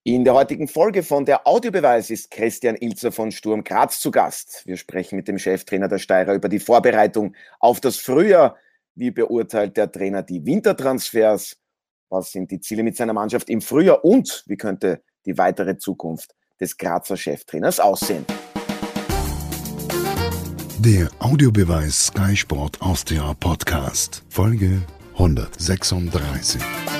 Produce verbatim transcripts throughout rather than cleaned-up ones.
In der heutigen Folge von der Audiobeweis ist Christian Ilzer von Sturm Graz zu Gast. Wir sprechen mit dem Cheftrainer der Steirer über die Vorbereitung auf das Frühjahr. Wie beurteilt der Trainer die Wintertransfers? Was sind die Ziele mit seiner Mannschaft im Frühjahr? Und wie könnte die weitere Zukunft des Grazer Cheftrainers aussehen? Der Audiobeweis Sky Sport Austria Podcast, Folge hundertsechsunddreißig.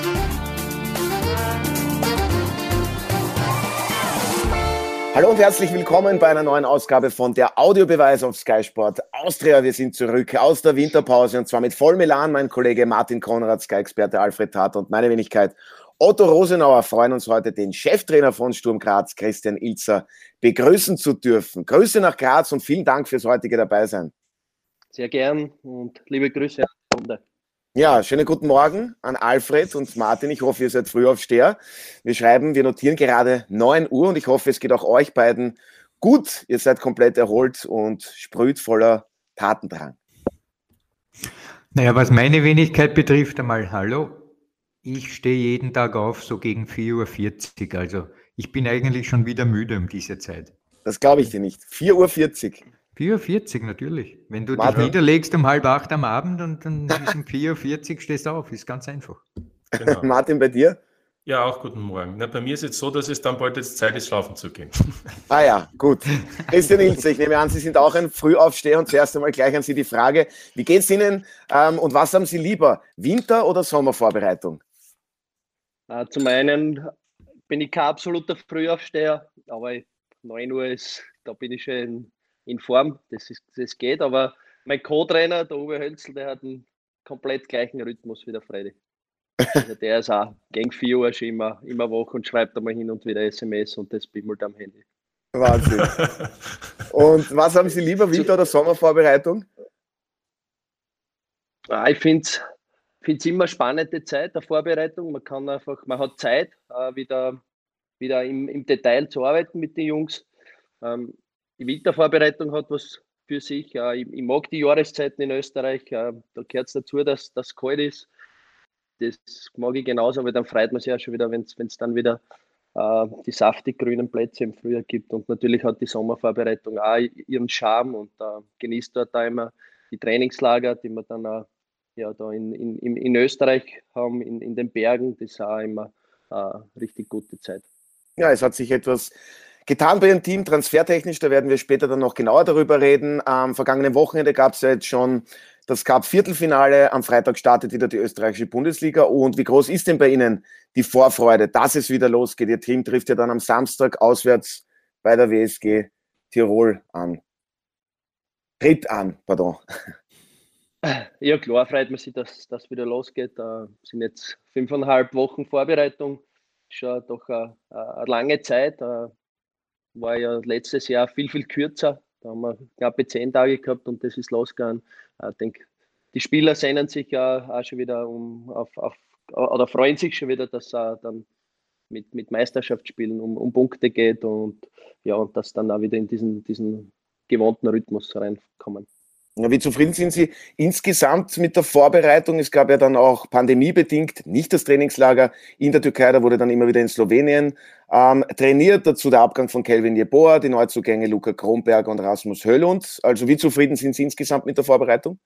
Hallo und herzlich willkommen bei einer neuen Ausgabe von der Audiobeweis auf Sky Sport Austria. Wir sind zurück aus der Winterpause und zwar mit vollem Elan. Mein Kollege Martin Konrad, Sky-Experte Alfred Tat und meine Wenigkeit Otto Rosenauer freuen uns heute, den Cheftrainer von Sturm Graz, Christian Ilzer, begrüßen zu dürfen. Grüße nach Graz und vielen Dank fürs heutige Dabeisein. Sehr gern und liebe Grüße an die Runde. Ja, schönen guten Morgen an Alfred und Martin. Ich hoffe, ihr seid Frühaufsteher. Wir schreiben, wir notieren gerade neun Uhr und ich hoffe, es geht auch euch beiden gut. Ihr seid komplett erholt und sprüht voller Tatendrang. Naja, was meine Wenigkeit betrifft, einmal hallo. Ich stehe jeden Tag auf, so gegen vier Uhr vierzig. Also ich bin eigentlich schon wieder müde um diese Zeit. Das glaube ich dir nicht. vier Uhr vierzig. vier Uhr vierzig natürlich. Wenn du Martin. dich niederlegst um halb acht am Abend und dann ist um vier Uhr vierzig stehst du auf. Ist ganz einfach. Genau. Martin, bei dir? Ja, auch guten Morgen. Na, bei mir ist es so, dass es dann bald jetzt Zeit ist, schlafen zu gehen. Ah ja, gut. Christian Ilzer, ich nehme an, Sie sind auch ein Frühaufsteher und zuerst einmal gleich an Sie die Frage, wie geht es Ihnen ähm, und was haben Sie lieber, Winter- oder Sommervorbereitung? Äh, zum einen bin ich kein absoluter Frühaufsteher, aber neun Uhr ist, da bin ich schon in Form, das, ist, das geht, aber mein Co-Trainer, der Uwe Hölzl, der hat einen komplett gleichen Rhythmus wie der Freddy. Also der ist auch gegen vier Uhr schon immer, immer wach und schreibt einmal hin und wieder S M S und das bimmelt am Handy. Wahnsinn. Und was haben Sie lieber, Winter- oder Sommervorbereitung? Ah, ich finde es immer eine spannende Zeit der Vorbereitung. Man kann einfach, man hat Zeit, äh, wieder, wieder im, im Detail zu arbeiten mit den Jungs. Ähm, die Wintervorbereitung hat was für sich. Äh, ich, ich mag die Jahreszeiten in Österreich. Äh, da gehört es dazu, dass das kalt ist. Das mag ich genauso, aber dann freut man sich ja schon wieder, wenn es dann wieder äh, die saftig grünen Plätze im Frühjahr gibt. Und natürlich hat die Sommervorbereitung auch ihren Charme und äh, genießt dort auch immer die Trainingslager, die wir dann auch ja, da in, in, in Österreich haben, in, in den Bergen. Das ist auch immer eine äh, richtig gute Zeit. Ja, es hat sich etwas getan bei Ihrem Team, transfertechnisch, da werden wir später dann noch genauer darüber reden. Am vergangenen Wochenende gab es ja jetzt schon das Cup-Viertelfinale. Am Freitag startet wieder die österreichische Bundesliga. Und wie groß ist denn bei Ihnen die Vorfreude, dass es wieder losgeht? Ihr Team trifft ja dann am Samstag auswärts bei der W S G Tirol an. Tritt an, pardon. Ja, klar freut man sich, dass das wieder losgeht. Es sind jetzt fünfeinhalb Wochen Vorbereitung. Schon doch eine, eine lange Zeit. War ja letztes Jahr viel, viel kürzer. Da haben wir knappe zehn Tage gehabt und das ist losgegangen. Ich denke, die Spieler sehnen sich ja auch schon wieder um auf, auf oder freuen sich schon wieder, dass es dann mit, mit Meisterschaftsspielen um, um Punkte geht und ja, und dass dann auch wieder in diesen, diesen gewohnten Rhythmus reinkommen. Ja, wie zufrieden sind Sie insgesamt mit der Vorbereitung? Es gab ja dann auch pandemiebedingt nicht das Trainingslager in der Türkei, da wurde dann immer wieder in Slowenien ähm, trainiert. Dazu der Abgang von Kelvin Jeboa, die Neuzugänge Luca Kronberg und Rasmus Höllund. Also wie zufrieden sind Sie insgesamt mit der Vorbereitung?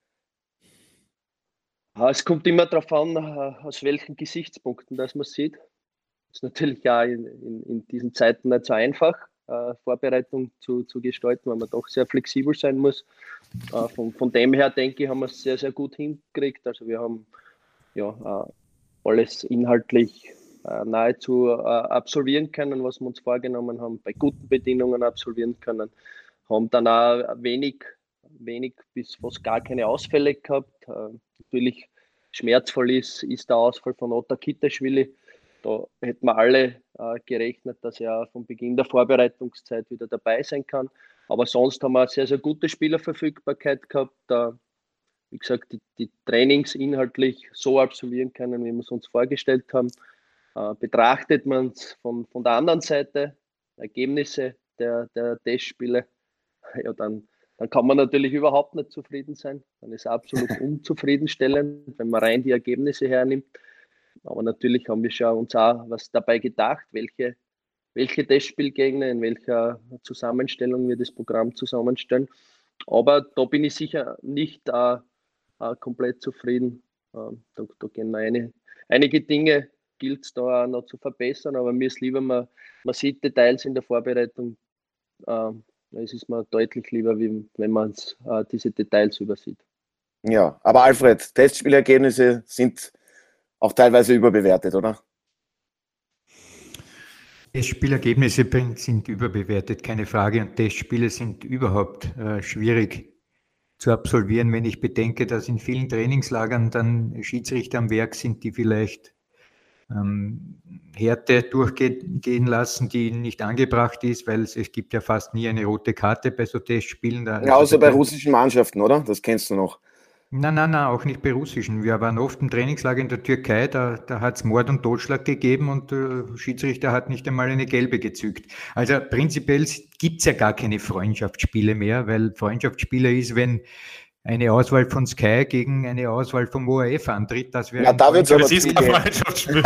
Es kommt immer darauf an, aus welchen Gesichtspunkten das man sieht. Das ist natürlich auch in, in, in diesen Zeiten nicht so einfach, äh, Vorbereitung zu, zu gestalten, weil man doch sehr flexibel sein muss. Äh, von, von dem her, denke ich, haben wir es sehr, sehr gut hingekriegt. Also wir haben ja äh, alles inhaltlich äh, nahezu äh, absolvieren können, was wir uns vorgenommen haben, bei guten Bedingungen absolvieren können. Haben dann auch wenig, wenig bis fast gar keine Ausfälle gehabt. Äh, natürlich schmerzvoll ist, ist der Ausfall von Otar Kitaschwili. Da hätten wir alle äh, gerechnet, dass er von Beginn der Vorbereitungszeit wieder dabei sein kann. Aber sonst haben wir eine sehr, sehr gute Spielerverfügbarkeit gehabt. Äh, wie gesagt, die, die Trainings inhaltlich so absolvieren können, wie wir es uns vorgestellt haben. Äh, betrachtet man es von, von der anderen Seite, Ergebnisse der, der Testspiele, ja, dann, dann kann man natürlich überhaupt nicht zufrieden sein. Dann ist es absolut unzufriedenstellend, wenn man rein die Ergebnisse hernimmt. Aber natürlich haben wir schon uns auch was dabei gedacht, welche welche Testspielgegner, in welcher Zusammenstellung wir das Programm zusammenstellen. Aber da bin ich sicher nicht äh, äh, komplett zufrieden. Ähm, da, da gehen eine, einige Dinge, gilt es da auch noch zu verbessern, aber mir ist lieber, man, man sieht Details in der Vorbereitung. Äh, es ist mir deutlich lieber, wie, wenn man äh, diese Details übersieht. Ja, aber Alfred, Testspielergebnisse sind auch teilweise überbewertet, oder? Testspielergebnisse sind überbewertet, keine Frage. Und Testspiele sind überhaupt äh, schwierig zu absolvieren, wenn ich bedenke, dass in vielen Trainingslagern dann Schiedsrichter am Werk sind, die vielleicht ähm, Härte durchgehen lassen, die nicht angebracht ist, weil es, es gibt ja fast nie eine rote Karte bei so Testspielen. Da, Ja, außer also bei russischen Mannschaften, oder? Das kennst du noch. Nein, nein, nein, auch nicht bei russischen. Wir waren oft im Trainingslager in der Türkei, da, da hat es Mord und Totschlag gegeben und der Schiedsrichter hat nicht einmal eine gelbe gezückt. Also prinzipiell gibt es ja gar keine Freundschaftsspiele mehr, weil Freundschaftsspiele ist, wenn eine Auswahl von Sky gegen eine Auswahl vom O R F antritt. Das wäre ja, da wird's aber das ist ein Freundschaftsspiel.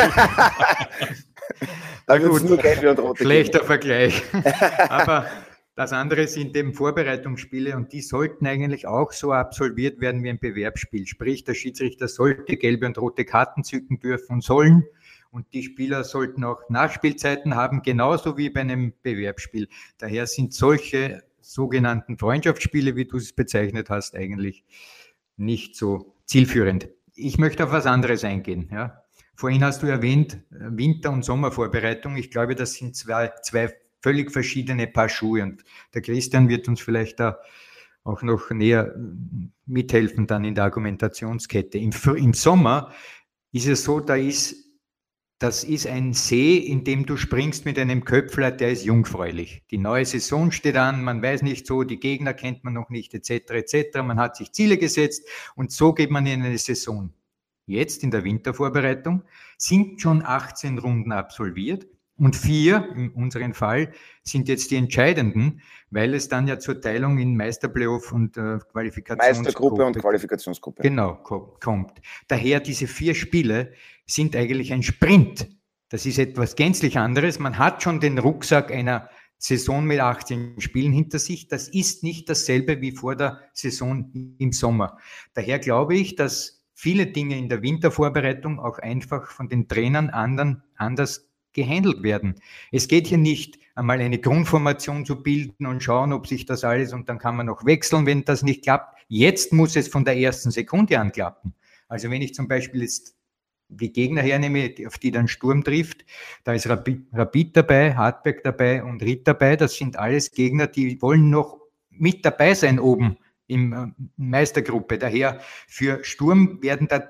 Da wird's nur gelbe und rote Schlechter geben. Vergleich. Aber das andere sind eben Vorbereitungsspiele und die sollten eigentlich auch so absolviert werden wie ein Bewerbsspiel. Sprich, der Schiedsrichter sollte gelbe und rote Karten zücken dürfen und sollen und die Spieler sollten auch Nachspielzeiten haben, genauso wie bei einem Bewerbsspiel. Daher sind solche sogenannten Freundschaftsspiele, wie du es bezeichnet hast, eigentlich nicht so zielführend. Ich möchte auf was anderes eingehen. Ja. Vorhin hast du erwähnt, Winter- und Sommervorbereitung. Ich glaube, das sind zwei, zwei völlig verschiedene Paar Schuhe und der Christian wird uns vielleicht da auch noch näher mithelfen dann in der Argumentationskette. Im, im Sommer ist es so, da ist, das ist ein See, in dem du springst mit einem Köpfler, der ist jungfräulich. Die neue Saison steht an, man weiß nicht so, die Gegner kennt man noch nicht, et cetera et cetera. Man hat sich Ziele gesetzt und so geht man in eine Saison. Jetzt in der Wintervorbereitung sind schon achtzehn Runden absolviert. Und vier, in unserem Fall, sind jetzt die entscheidenden, weil es dann ja zur Teilung in Meisterplayoff und äh, Qualifikationsgruppe Meistergruppe und Qualifikationsgruppe. Genau, kommt. Daher diese vier Spiele sind eigentlich ein Sprint. Das ist etwas gänzlich anderes. Man hat schon den Rucksack einer Saison mit achtzehn Spielen hinter sich. Das ist nicht dasselbe wie vor der Saison im Sommer. Daher glaube ich, dass viele Dinge in der Wintervorbereitung auch einfach von den Trainern anderen, anders gehandelt werden. Es geht hier nicht einmal eine Grundformation zu bilden und schauen, ob sich das alles, und dann kann man noch wechseln, wenn das nicht klappt. Jetzt muss es von der ersten Sekunde an klappen. Also wenn ich zum Beispiel jetzt die Gegner hernehme, auf die dann Sturm trifft, da ist Rapid, Rapid dabei, Hartberg dabei und Ried dabei. Das sind alles Gegner, die wollen noch mit dabei sein oben im Meistergruppe. Daher für Sturm werden da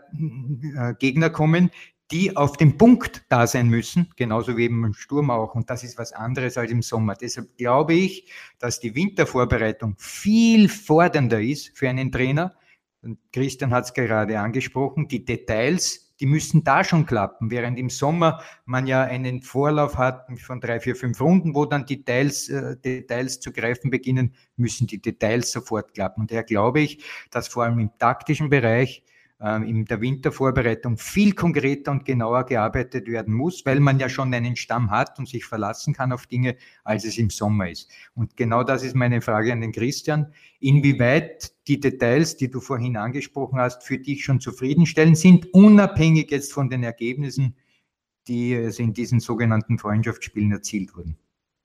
Gegner kommen, die auf dem Punkt da sein müssen, genauso wie eben im Sturm auch. Und das ist was anderes als im Sommer. Deshalb glaube ich, dass die Wintervorbereitung viel fordernder ist für einen Trainer. Und Christian hat es gerade angesprochen, die Details, die müssen da schon klappen, während im Sommer man ja einen Vorlauf hat von drei, vier, fünf Runden, wo dann Details, äh, Details zu greifen beginnen, müssen die Details sofort klappen. Und daher glaube ich, dass vor allem im taktischen Bereich in der Wintervorbereitung viel konkreter und genauer gearbeitet werden muss, weil man ja schon einen Stamm hat und sich verlassen kann auf Dinge, als es im Sommer ist. Und genau das ist meine Frage an den Christian. Inwieweit die Details, die du vorhin angesprochen hast, für dich schon zufriedenstellend sind, unabhängig jetzt von den Ergebnissen, die in diesen sogenannten Freundschaftsspielen erzielt wurden?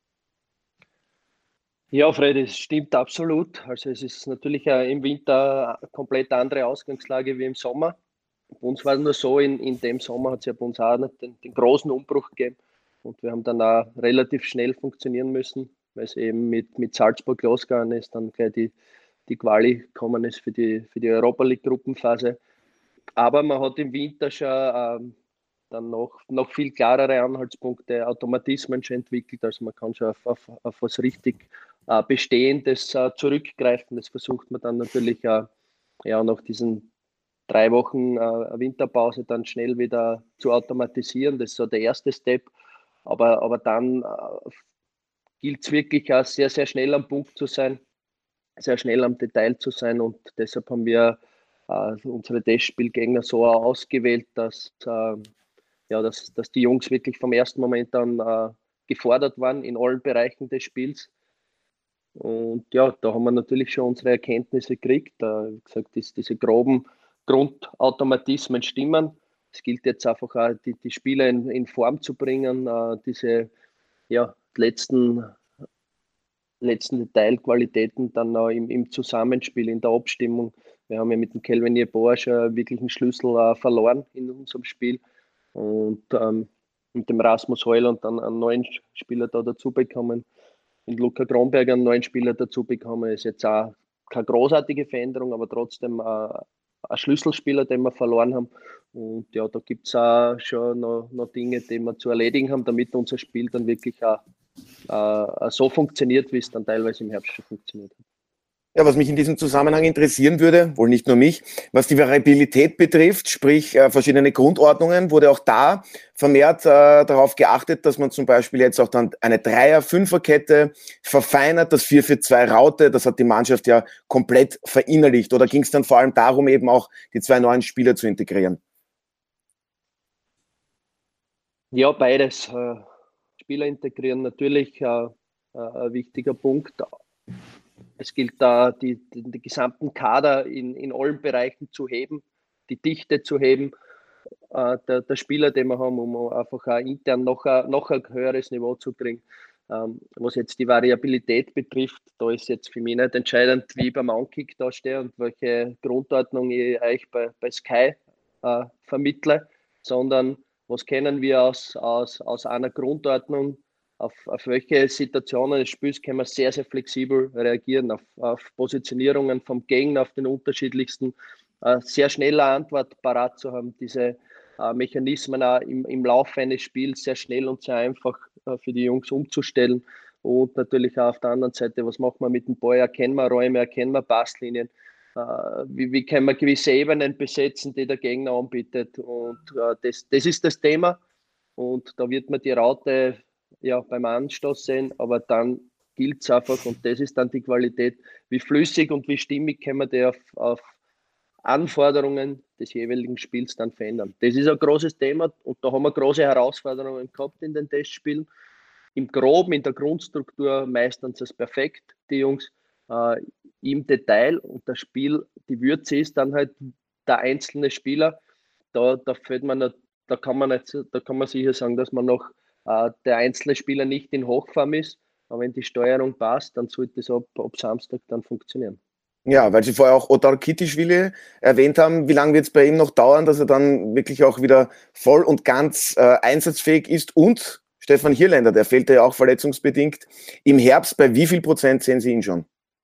Ja, Fred, es stimmt absolut. Also es ist natürlich im Winter eine komplett andere Ausgangslage wie im Sommer. Bei uns war es nur so, in, in dem Sommer hat es ja bei uns auch nicht den, den großen Umbruch gegeben. Und wir haben dann auch relativ schnell funktionieren müssen, weil es eben mit, mit Salzburg losgegangen ist, dann gleich die, die Quali gekommen ist für die, für die Europa League Gruppenphase. Aber man hat im Winter schon ähm, dann noch, noch viel klarere Anhaltspunkte, Automatismen schon entwickelt. Also man kann schon auf, auf, auf was richtig äh, Bestehendes äh, zurückgreifen. Das versucht man dann natürlich äh, ja, nach diesen drei Wochen äh, Winterpause dann schnell wieder zu automatisieren. Das ist so der erste Step. Aber, aber dann äh, gilt es wirklich auch sehr, sehr schnell am Punkt zu sein, sehr schnell am Detail zu sein. Und deshalb haben wir äh, unsere Testspielgegner so ausgewählt, dass, äh, ja, dass, dass die Jungs wirklich vom ersten Moment an äh, gefordert waren in allen Bereichen des Spiels. Und ja, da haben wir natürlich schon unsere Erkenntnisse gekriegt. Äh, wie gesagt, das, diese groben Grundautomatismen stimmen. Es gilt jetzt einfach auch, die, die Spieler in, in Form zu bringen, äh, diese ja, letzten, letzten Detailqualitäten dann auch im, im Zusammenspiel, in der Abstimmung. Wir haben ja mit dem Kelvin Yeboah schon wirklich einen Schlüssel äh, verloren in unserem Spiel. Und ähm, mit dem Rasmus Heuland dann einen neuen Spieler da dazu bekommen. Und Luca Kronberger einen neuen Spieler dazu bekommen. Ist jetzt auch keine großartige Veränderung, aber trotzdem äh, ein Schlüsselspieler, den wir verloren haben. Und ja, da gibt es auch schon noch, noch Dinge, die wir zu erledigen haben, damit unser Spiel dann wirklich auch äh, so funktioniert, wie es dann teilweise im Herbst schon funktioniert hat. Ja, was mich in diesem Zusammenhang interessieren würde, wohl nicht nur mich, was die Variabilität betrifft, sprich äh, verschiedene Grundordnungen, wurde auch da vermehrt äh, darauf geachtet, dass man zum Beispiel jetzt auch dann eine Dreier-Fünfer-Kette verfeinert, das vier vier zwei Raute, das hat die Mannschaft ja komplett verinnerlicht. Oder ging es dann vor allem darum, eben auch die zwei neuen Spieler zu integrieren? Ja, beides. Äh, Spieler integrieren natürlich äh, ein wichtiger Punkt. Es gilt da, die, die, die gesamten Kader in, in allen Bereichen zu heben, die Dichte zu heben, äh, der, der Spieler, den wir haben, um einfach auch intern noch, ein, noch ein höheres Niveau zu kriegen. Ähm, was jetzt die Variabilität betrifft, da ist jetzt für mich nicht entscheidend, wie ich beim Ankick da stehe und welche Grundordnung ich euch bei, bei Sky äh, vermittle, sondern was kennen wir aus, aus, aus einer Grundordnung. Auf, auf welche Situationen des Spiels können wir sehr, sehr flexibel reagieren, auf, auf Positionierungen vom Gegner, auf den unterschiedlichsten, äh, sehr schnelle Antwort parat zu haben, diese äh, Mechanismen auch im, im Laufe eines Spiels sehr schnell und sehr einfach äh, für die Jungs umzustellen. Und natürlich auch auf der anderen Seite, was machen wir mit dem Ball? Erkennen wir Räume, erkennen wir Passlinien? Äh, wie, wie können wir gewisse Ebenen besetzen, die der Gegner anbietet? Und äh, das, das ist das Thema. Und da wird man die Raute ja, beim Anstoß sehen, aber dann gilt es einfach, und das ist dann die Qualität, wie flüssig und wie stimmig können wir die auf, auf Anforderungen des jeweiligen Spiels dann verändern. Das ist ein großes Thema und da haben wir große Herausforderungen gehabt in den Testspielen. Im Groben, in der Grundstruktur meistens das perfekt, die Jungs. Äh, im Detail und das Spiel, die Würze ist dann halt der einzelne Spieler. Da, da fällt man nicht, da kann man nicht, da kann man sicher sagen, dass man noch der einzelne Spieler nicht in Hochform ist, aber wenn die Steuerung passt, dann sollte es ab, ab Samstag dann funktionieren. Ja, weil Sie vorher auch Otar Kitischwili erwähnt haben, wie lange wird es bei ihm noch dauern, dass er dann wirklich auch wieder voll und ganz äh, einsatzfähig ist? Und Stefan Hirländer, der fehlte ja auch verletzungsbedingt im Herbst. Bei wie viel Prozent sehen Sie ihn schon?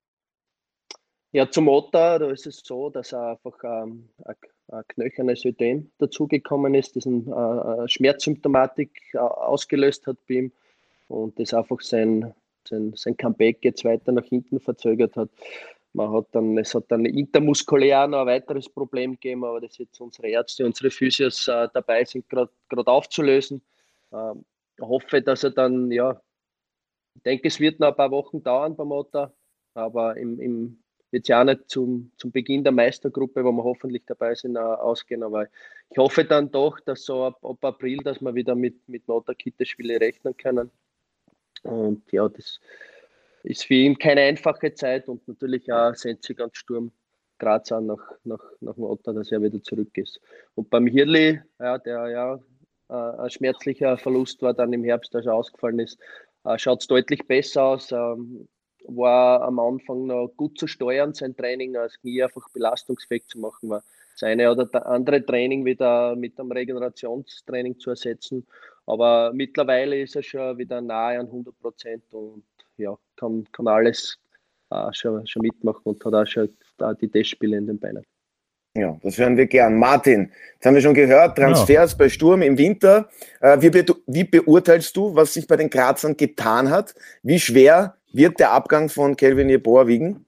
Ja, zum Otar, da ist es so, dass er einfach ähm, ein knöchernes Ödem dazugekommen ist, das eine äh, Schmerzsymptomatik äh, ausgelöst hat bei ihm und das einfach sein, sein, sein Comeback jetzt weiter nach hinten verzögert hat. Man hat dann, es hat dann intermuskulär noch ein weiteres Problem gegeben, aber das jetzt unsere Ärzte, unsere Physios äh, dabei sind, gerade aufzulösen. Ähm, ich hoffe, dass er dann, ja, ich denke, es wird noch ein paar Wochen dauern beim Otar, aber im, im jetzt ja nicht zum, zum Beginn der Meistergruppe, wo wir hoffentlich dabei sind, ausgehen. Aber ich hoffe dann doch, dass so ab, ab April, dass wir wieder mit, mit Otar Kitischwili rechnen können. Und ja, das ist für ihn keine einfache Zeit und natürlich auch sendet sich ganz Sturm Graz an nach, nach, nach dem Otar, dass er wieder zurück ist. Und beim Hirli, ja, der ja ein schmerzlicher Verlust war dann im Herbst, als er ausgefallen ist, schaut es deutlich besser aus. Ähm, war am Anfang noch gut zu steuern, sein Training als Knie einfach belastungsfähig zu machen war. Das eine oder das andere Training wieder mit einem Regenerationstraining zu ersetzen. Aber mittlerweile ist er schon wieder nahe an hundert Prozent und ja, kann, kann alles äh, schon, schon mitmachen und hat auch schon äh, die Testspiele in den Beinen. Ja, das hören wir gern. Martin, jetzt haben wir schon gehört, Transfers ja. bei Sturm im Winter. Äh, wie, be- wie beurteilst du, was sich bei den Grazern getan hat? Wie schwer wird der Abgang von Kelvin Yeboah wiegen?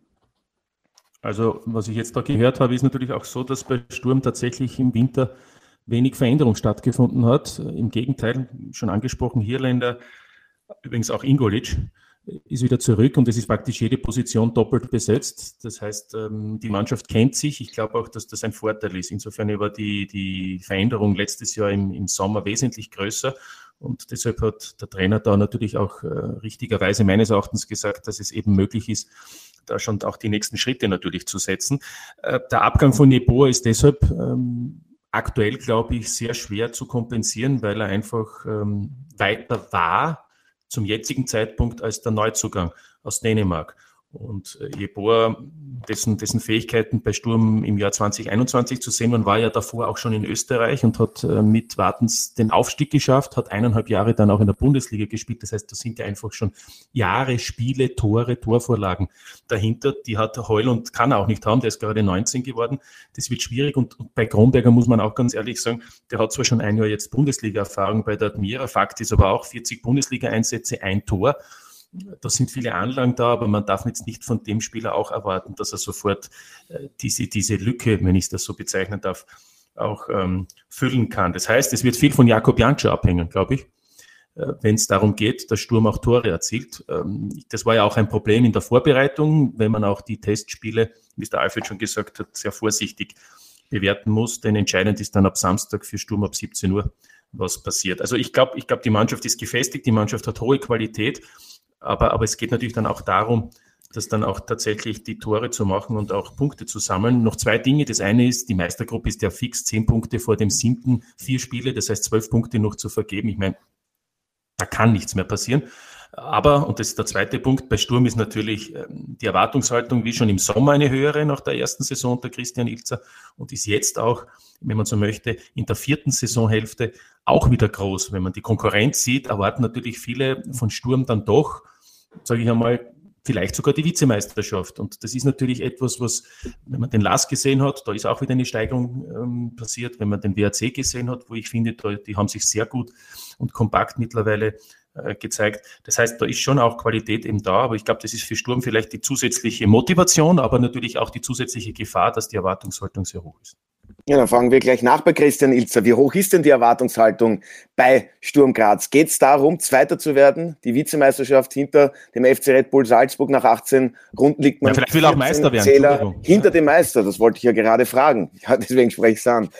Also, was ich jetzt da gehört habe, ist natürlich auch so, dass bei Sturm tatsächlich im Winter wenig Veränderung stattgefunden hat. Im Gegenteil, schon angesprochen, Hirländer, übrigens auch Ingolic, ist wieder zurück und es ist praktisch jede Position doppelt besetzt. Das heißt, die Mannschaft kennt sich. Ich glaube auch, dass das ein Vorteil ist. Insofern war die, die Veränderung letztes Jahr im, im Sommer wesentlich größer. Und deshalb hat der Trainer da natürlich auch äh, richtigerweise meines Erachtens gesagt, dass es eben möglich ist, da schon auch die nächsten Schritte natürlich zu setzen. Äh, der Abgang von Yeboah ist deshalb ähm, aktuell, glaube ich, sehr schwer zu kompensieren, weil er einfach ähm, weiter war zum jetzigen Zeitpunkt als der Neuzugang aus Dänemark. Und Yeboah, dessen, dessen Fähigkeiten bei Sturm im Jahr zwanzig einundzwanzig zu sehen waren, war ja davor auch schon in Österreich und hat äh, mit Wartens den Aufstieg geschafft, hat eineinhalb Jahre dann auch in der Bundesliga gespielt. Das heißt, da sind ja einfach schon Jahre, Spiele, Tore, Torvorlagen dahinter. Die hat Heul und kann er auch nicht haben. Der ist gerade neunzehn geworden. Das wird schwierig. Und, und bei Kronberger muss man auch ganz ehrlich sagen, der hat zwar schon ein Jahr jetzt Bundesliga-Erfahrung bei der Admira. Fakt ist aber auch vierzig Bundesliga-Einsätze, ein Tor. Da sind viele Anlagen da, aber man darf jetzt nicht von dem Spieler auch erwarten, dass er sofort äh, diese, diese Lücke, wenn ich das so bezeichnen darf, auch ähm, füllen kann. Das heißt, es wird viel von Jakob Janscher abhängen, glaube ich, äh, wenn es darum geht, dass Sturm auch Tore erzielt. Ähm, das war ja auch ein Problem in der Vorbereitung, wenn man auch die Testspiele, wie es der Alfred schon gesagt hat, sehr vorsichtig bewerten muss, denn entscheidend ist dann ab Samstag für Sturm ab siebzehn Uhr, was passiert. Also ich glaube, ich glaube, die Mannschaft ist gefestigt, die Mannschaft hat hohe Qualität. Aber, aber es geht natürlich dann auch darum, dass dann auch tatsächlich die Tore zu machen und auch Punkte zu sammeln. Noch zwei Dinge. Das eine ist, die Meistergruppe ist ja fix, zehn Punkte vor dem siebten, vier Spiele, das heißt zwölf Punkte noch zu vergeben. Ich meine, da kann nichts mehr passieren. Aber, und das ist der zweite Punkt, bei Sturm ist natürlich die Erwartungshaltung wie schon im Sommer eine höhere nach der ersten Saison unter Christian Ilzer und ist jetzt auch, wenn man so möchte, in der vierten Saisonhälfte auch wieder groß. Wenn man die Konkurrenz sieht, erwarten natürlich viele von Sturm dann doch, sage ich einmal, vielleicht sogar die Vizemeisterschaft. Und das ist natürlich etwas, was, wenn man den L A S gesehen hat, da ist auch wieder eine Steigerung ähm, passiert. Wenn man den W R C gesehen hat, wo ich finde, da, die haben sich sehr gut und kompakt mittlerweile äh, gezeigt. Das heißt, da ist schon auch Qualität eben da, aber ich glaube, das ist für Sturm vielleicht die zusätzliche Motivation, aber natürlich auch die zusätzliche Gefahr, dass die Erwartungshaltung sehr hoch ist. Ja, dann fragen wir gleich nach bei Christian Ilzer. Wie hoch ist denn die Erwartungshaltung bei Sturm Graz? Geht es darum, Zweiter zu werden? Die Vizemeisterschaft hinter dem F C Red Bull Salzburg nach achtzehn Runden liegt man ja, vielleicht will auch Meister werden. Zähler hinter dem Meister. Das wollte ich ja gerade fragen. Ja, deswegen spreche ich es an.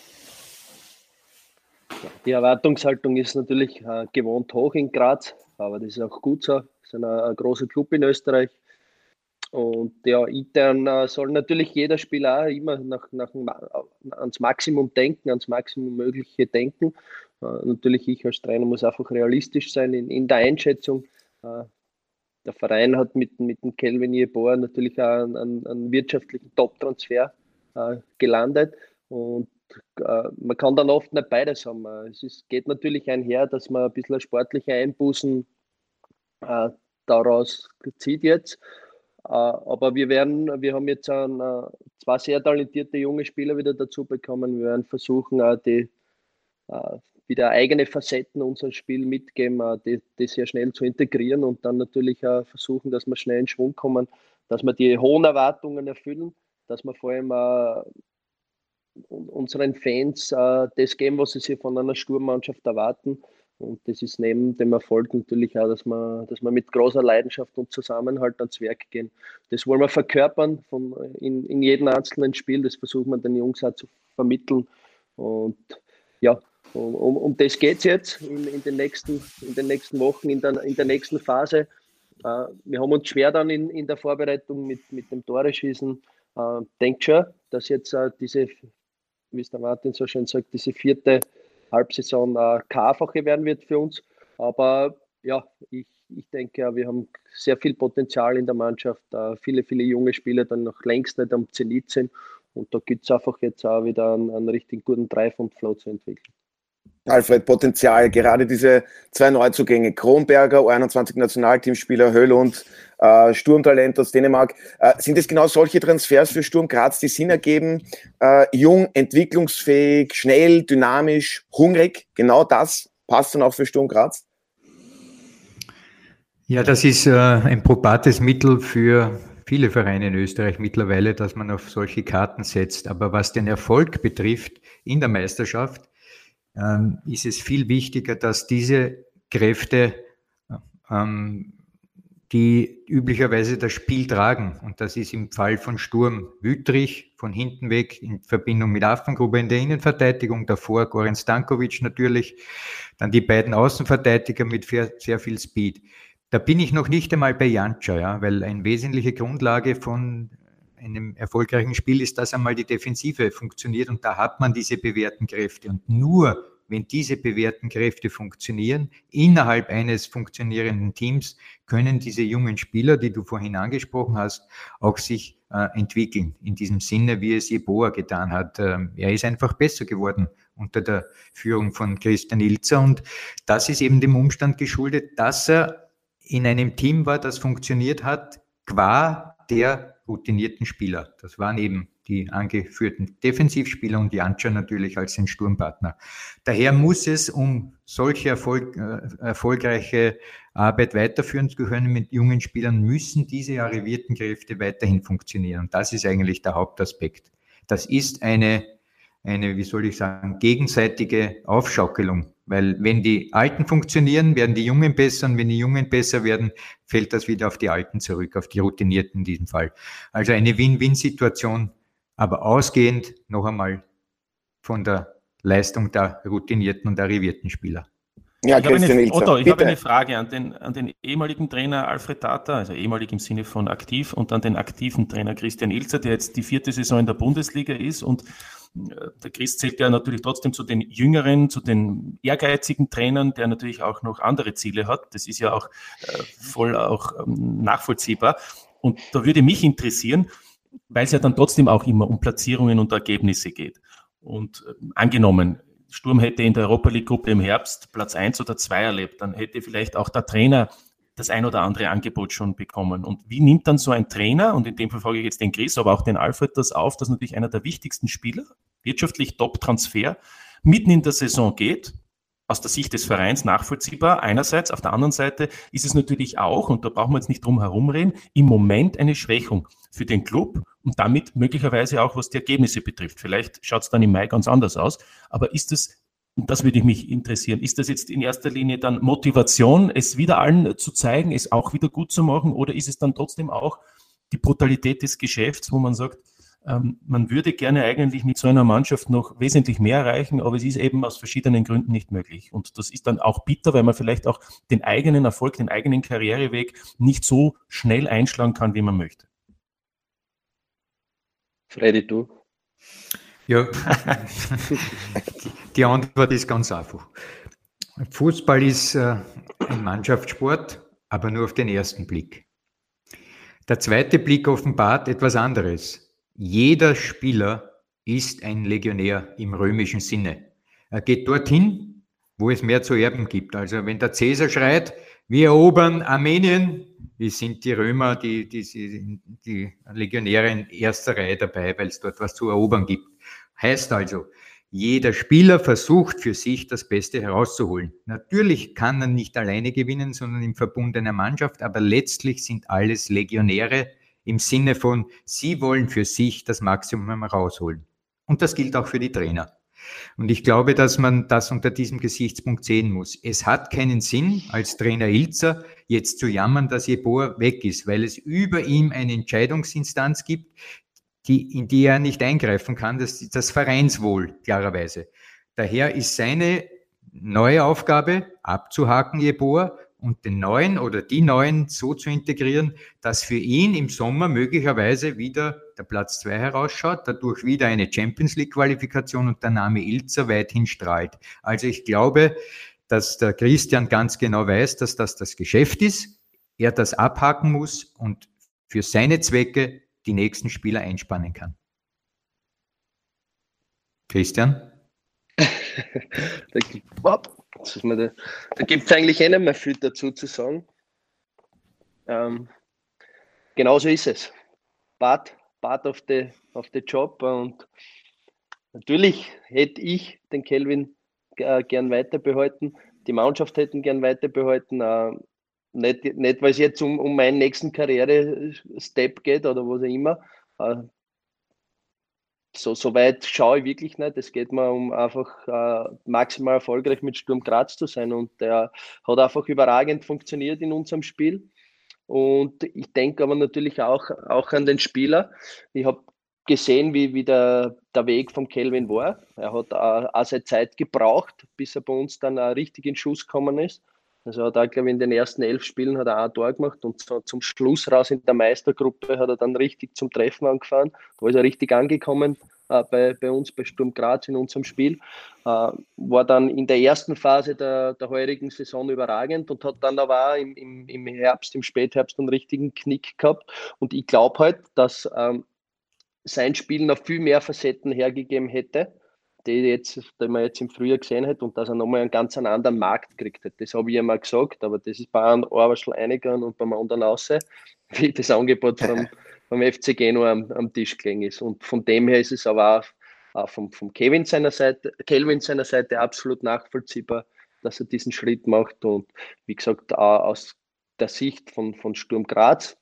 Die Erwartungshaltung ist natürlich äh, gewohnt hoch in Graz, aber das ist auch gut so. Wir sind ein, ein großer Club in Österreich. Und ja, intern äh, soll natürlich jeder Spieler auch immer nach, nach, ans Maximum denken, ans Maximum Mögliche denken. Äh, natürlich, ich als Trainer muss einfach realistisch sein in, in der Einschätzung. Äh, der Verein hat mit, mit dem Kelvin Yeboah natürlich auch einen, einen, einen wirtschaftlichen Top-Transfer äh, gelandet. Und äh, man kann dann oft nicht beides haben. Es ist, geht natürlich einher, dass man ein bisschen sportliche Einbußen äh, daraus zieht jetzt. Aber wir werden, wir haben jetzt ein, zwei sehr talentierte junge Spieler wieder dazu bekommen. Wir werden versuchen, die wieder eigene Facetten unseres Spiels mitgeben, die, die sehr schnell zu integrieren und dann natürlich versuchen, dass wir schnell in Schwung kommen, dass wir die hohen Erwartungen erfüllen, dass wir vor allem unseren Fans das geben, was sie sich von einer Sturmmannschaft erwarten. Und das ist neben dem Erfolg natürlich auch, dass wir, dass wir mit großer Leidenschaft und Zusammenhalt ans Werk gehen. Das wollen wir verkörpern von, in, in jedem einzelnen Spiel. Das versuchen wir den Jungs auch zu vermitteln. Und ja, um, um, um das geht es jetzt in, in, den nächsten, in den nächsten Wochen, in der, in der nächsten Phase. Äh, wir haben uns schwer dann in, in der Vorbereitung mit, mit dem Tore-Schießen. Äh, denkt schon, dass jetzt äh, diese, wie es der Martin so schön sagt, diese vierte Halbsaison äh, K-fache werden wird für uns. Aber ja, ich, ich denke, wir haben sehr viel Potenzial in der Mannschaft. Äh, viele, viele junge Spieler dann noch längst nicht am Zenit sind. Und da gibt es einfach jetzt auch wieder einen, einen richtig guten Drive und Flow zu entwickeln. Alfred, Potenzial, gerade diese zwei Neuzugänge, Kronberger, U einundzwanzig Nationalteamspieler, Höhlund, äh, Sturmtalent aus Dänemark. Äh, sind es genau solche Transfers für Sturm Graz, die Sinn ergeben? Äh, jung, entwicklungsfähig, schnell, dynamisch, hungrig. Genau das passt dann auch für Sturm Graz? Ja, das ist äh, ein probates Mittel für viele Vereine in Österreich mittlerweile, dass man auf solche Karten setzt. Aber was den Erfolg betrifft in der Meisterschaft, ähm, ist es viel wichtiger, dass diese Kräfte ähm, die üblicherweise das Spiel tragen. Und das ist im Fall von Sturm Wüttrich von hinten weg in Verbindung mit Affengruber in der Innenverteidigung, davor Goran Stankovic natürlich, dann die beiden Außenverteidiger mit sehr viel Speed. Da bin ich noch nicht einmal bei Janča, ja, weil eine wesentliche Grundlage von einem erfolgreichen Spiel ist, dass einmal die Defensive funktioniert und da hat man diese bewährten Kräfte. Und nur wenn diese bewährten Kräfte funktionieren, innerhalb eines funktionierenden Teams, können diese jungen Spieler, die du vorhin angesprochen hast, auch sich äh, entwickeln. In diesem Sinne, wie es Yeboah getan hat. Ähm, er ist einfach besser geworden unter der Führung von Christian Ilzer und das ist eben dem Umstand geschuldet, dass er in einem Team war, das funktioniert hat, qua der routinierten Spieler. Das waren eben die angeführten Defensivspieler und Janča natürlich als den Sturmpartner. Daher muss es, um solche Erfolg, äh, erfolgreiche Arbeit weiterführen zu können mit jungen Spielern, müssen diese arrivierten Kräfte weiterhin funktionieren. Und das ist eigentlich der Hauptaspekt. Das ist eine, eine, wie soll ich sagen, gegenseitige Aufschaukelung. Weil wenn die Alten funktionieren, werden die Jungen besser und wenn die Jungen besser werden, fällt das wieder auf die Alten zurück, auf die Routinierten in diesem Fall. Also eine Win-Win-Situation, aber ausgehend noch einmal von der Leistung der routinierten und arrivierten Spieler. Ja, ich habe eine, Otto, ich habe eine Frage an den, an den ehemaligen Trainer Alfred Tata, also ehemalig im Sinne von aktiv, und an den aktiven Trainer Christian Ilzer, der jetzt die vierte Saison in der Bundesliga ist. Und der Chris zählt ja natürlich trotzdem zu den jüngeren, zu den ehrgeizigen Trainern, der natürlich auch noch andere Ziele hat. Das ist ja auch äh, voll auch ähm, nachvollziehbar. Und da würde mich interessieren, weil es ja dann trotzdem auch immer um Platzierungen und Ergebnisse geht. Und äh, angenommen, Sturm hätte in der Europa League Gruppe im Herbst Platz eins oder zwei erlebt, dann hätte vielleicht auch der Trainer das ein oder andere Angebot schon bekommen. Und wie nimmt dann so ein Trainer, und in dem Fall frage ich jetzt den Chris, aber auch den Alfred, das auf, dass natürlich einer der wichtigsten Spieler, wirtschaftlich Top-Transfer, mitten in der Saison geht, aus der Sicht des Vereins nachvollziehbar einerseits, auf der anderen Seite ist es natürlich auch, und da brauchen wir jetzt nicht drum herumreden, im Moment eine Schwächung für den Club und damit möglicherweise auch, was die Ergebnisse betrifft. Vielleicht schaut es dann im Mai ganz anders aus, aber ist es, und das würde mich interessieren, ist das jetzt in erster Linie dann Motivation, es wieder allen zu zeigen, es auch wieder gut zu machen, oder ist es dann trotzdem auch die Brutalität des Geschäfts, wo man sagt, ähm, man würde gerne eigentlich mit so einer Mannschaft noch wesentlich mehr erreichen, aber es ist eben aus verschiedenen Gründen nicht möglich. Und das ist dann auch bitter, weil man vielleicht auch den eigenen Erfolg, den eigenen Karriereweg nicht so schnell einschlagen kann, wie man möchte. Freddy, du? Ja, die Antwort ist ganz einfach. Fußball ist äh, ein Mannschaftssport, aber nur auf den ersten Blick. Der zweite Blick offenbart etwas anderes. Jeder Spieler ist ein Legionär im römischen Sinne. Er geht dorthin, wo es mehr zu erben gibt. Also wenn der Cäsar schreit, wir erobern Armenien, sind die Römer, die, die, die Legionäre in erster Reihe dabei, weil es dort was zu erobern gibt. Heißt also, jeder Spieler versucht für sich das Beste herauszuholen. Natürlich kann er nicht alleine gewinnen, sondern im Verbund einer Mannschaft, aber letztlich sind alles Legionäre im Sinne von, sie wollen für sich das Maximum herausholen. Und das gilt auch für die Trainer. Und ich glaube, dass man das unter diesem Gesichtspunkt sehen muss. Es hat keinen Sinn, als Trainer Ilzer jetzt zu jammern, dass Yeboah weg ist, weil es über ihm eine Entscheidungsinstanz gibt, die, in die er nicht eingreifen kann, das ist das Vereinswohl, klarerweise. Daher ist seine neue Aufgabe, abzuhaken, Yeboah, und den Neuen oder die Neuen so zu integrieren, dass für ihn im Sommer möglicherweise wieder der Platz zwei herausschaut, dadurch wieder eine Champions-League-Qualifikation und der Name Ilzer weithin strahlt. Also ich glaube, dass der Christian ganz genau weiß, dass das das Geschäft ist, er das abhaken muss und für seine Zwecke die nächsten Spieler einspannen kann. Christian? Da, da gibt es eigentlich eh nicht mehr viel dazu zu sagen. Ähm, genauso ist es. Part, part of the, of the job. Und natürlich hätte ich den Kelvin äh, gern weiter behalten. Die Mannschaft hätten gern weiter behalten. Äh, nicht, nicht, weil es jetzt um, um meinen nächsten Karriere-Step geht oder was auch immer. Äh, So, so weit schaue ich wirklich nicht. Es geht mir um einfach äh, maximal erfolgreich mit Sturm Graz zu sein. Und der hat einfach überragend funktioniert in unserem Spiel. Und ich denke aber natürlich auch, auch an den Spieler. Ich habe gesehen, wie, wie der, der Weg von Kelvin war. Er hat auch, auch seine Zeit gebraucht, bis er bei uns dann auch richtig in Schuss gekommen ist. Also hat er, glaube ich, in den ersten elf Spielen hat er auch ein Tor gemacht und so zum Schluss raus in der Meistergruppe hat er dann richtig zum Treffen angefahren. Da ist er richtig angekommen äh, bei, bei uns, bei Sturm Graz in unserem Spiel. Äh, war dann in der ersten Phase der, der heurigen Saison überragend und hat dann aber auch im, im, im Herbst, im Spätherbst einen richtigen Knick gehabt. Und ich glaube halt, dass ähm, sein Spiel noch viel mehr Facetten hergegeben hätte, die, jetzt, die man jetzt im Frühjahr gesehen hat und dass er nochmal einen ganz anderen Markt gekriegt hat. Das habe ich einmal gesagt, aber das ist bei einem Arbeitschel einigen und beim anderen außer, wie das Angebot vom, vom F C Genua am, am Tisch gelegen ist. Und von dem her ist es aber auch, auch vom, vom Kevin seiner Seite, Kelvin seiner Seite absolut nachvollziehbar, dass er diesen Schritt macht. Und wie gesagt, auch aus der Sicht von, von Sturm Graz,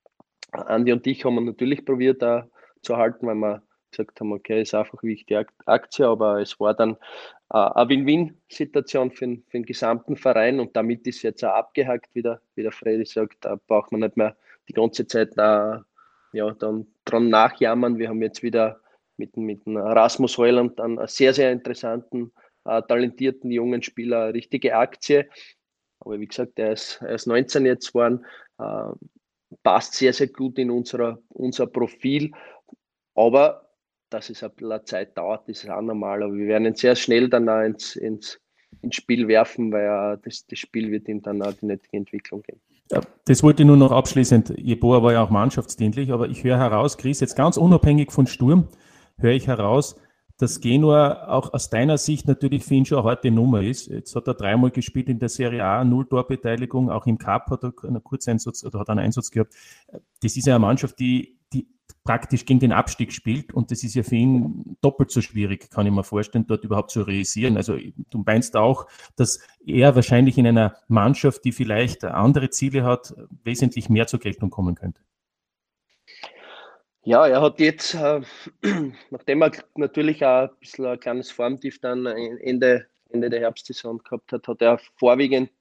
Andi und ich haben wir natürlich probiert, da zu halten, weil wir gesagt haben, okay, ist einfach eine wichtige Aktie, aber es war dann äh, eine Win-Win-Situation für, den- für den gesamten Verein und damit ist jetzt auch abgehakt, wie der, wie der Freddy sagt, da braucht man nicht mehr die ganze Zeit da, ja, dann dran nachjammern. Wir haben jetzt wieder mit, mit dem Rasmus Heuland einen sehr, sehr interessanten, äh, talentierten jungen Spieler, eine richtige Aktie. Aber wie gesagt, er ist, er ist neunzehn jetzt geworden, äh, passt sehr, sehr gut in unserer, unser Profil. Aber dass es ein bisschen Zeit dauert, ist auch normal. Aber wir werden ihn sehr schnell dann auch ins, ins, ins Spiel werfen, weil er, das, das Spiel wird ihm dann auch die nötige Entwicklung geben. Ja, das wollte ich nur noch abschließend. Jeboa war ja auch mannschaftsdienlich, aber ich höre heraus, Chris, jetzt ganz unabhängig von Sturm, höre ich heraus, dass Genua auch aus deiner Sicht natürlich für ihn schon eine harte Nummer ist. Jetzt hat er dreimal gespielt in der Serie A, null Torbeteiligung, auch im Cup hat er einen Kurzeinsatz oder hat einen Einsatz gehabt. Das ist ja eine Mannschaft, die, die praktisch gegen den Abstieg spielt und das ist ja für ihn doppelt so schwierig, kann ich mir vorstellen, dort überhaupt zu realisieren. Also du meinst auch, dass er wahrscheinlich in einer Mannschaft, die vielleicht andere Ziele hat, wesentlich mehr zur Geltung kommen könnte. Ja, er hat jetzt, äh, nachdem er natürlich auch ein bisschen ein kleines Formtief dann Ende, Ende der Herbstsaison gehabt hat, hat er vorwiegend,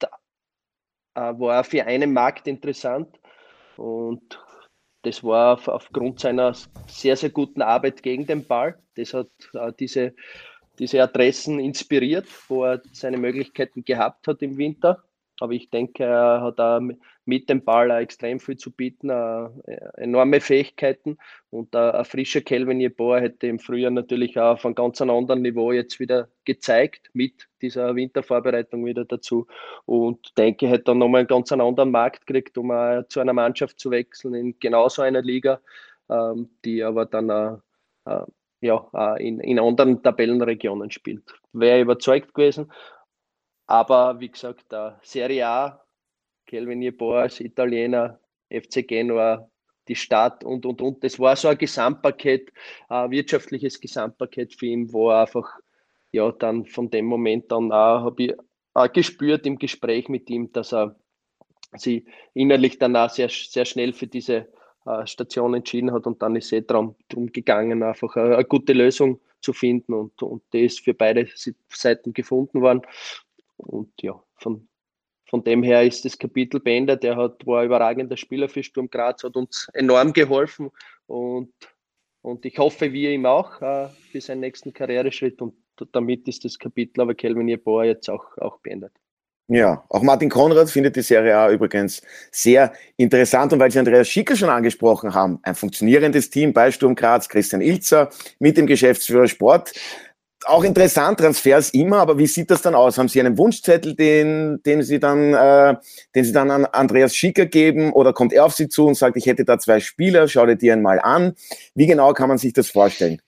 äh, war er für einen Markt interessant und das war auf, aufgrund seiner sehr, sehr guten Arbeit gegen den Ball. Das hat äh, diese, diese Adressen inspiriert, wo er seine Möglichkeiten gehabt hat im Winter. Aber ich denke, er hat auch mit dem Ball auch extrem viel zu bieten, äh, enorme Fähigkeiten. Und äh, ein frischer Kelvin Yeboah hätte im Frühjahr natürlich auch auf einem ganz anderen Niveau jetzt wieder gezeigt, mit dieser Wintervorbereitung wieder dazu. Und denke, hätte dann nochmal einen ganz anderen Markt gekriegt, um auch zu einer Mannschaft zu wechseln, in genauso einer Liga, ähm, die aber dann äh, äh, ja, in, in anderen Tabellenregionen spielt. Wäre überzeugt gewesen. Aber wie gesagt, der Serie A, Kelvin Yeboah als Italiener, F C Genua, die Stadt und, und, und. Das war so ein Gesamtpaket, ein wirtschaftliches Gesamtpaket für ihn, wo er einfach, ja, dann von dem Moment an auch, habe ich auch gespürt im Gespräch mit ihm, dass er sich innerlich dann auch sehr, sehr schnell für diese äh, Station entschieden hat und dann ist es darum, darum gegangen, einfach eine, eine gute Lösung zu finden und, und die ist für beide Seiten gefunden worden. Und ja, von, von dem her ist das Kapitel beendet. Er hat, war ein überragender Spieler für Sturm Graz, hat uns enorm geholfen und, und ich hoffe, wir ihm auch äh, für seinen nächsten Karriereschritt und damit ist das Kapitel aber Kelvin Yeboah jetzt auch, auch beendet. Ja, auch Martin Konrad findet die Serie A übrigens sehr interessant und weil Sie Andreas Schicker schon angesprochen haben, ein funktionierendes Team bei Sturm Graz, Christian Ilzer mit dem Geschäftsführer Sport. Auch interessant, Transfers immer, aber wie sieht das dann aus? Haben Sie einen Wunschzettel, den, den Sie dann, äh, den Sie dann an Andreas Schicker geben oder kommt er auf Sie zu und sagt, ich hätte da zwei Spieler, schau dir die einmal an? Wie genau kann man sich das vorstellen?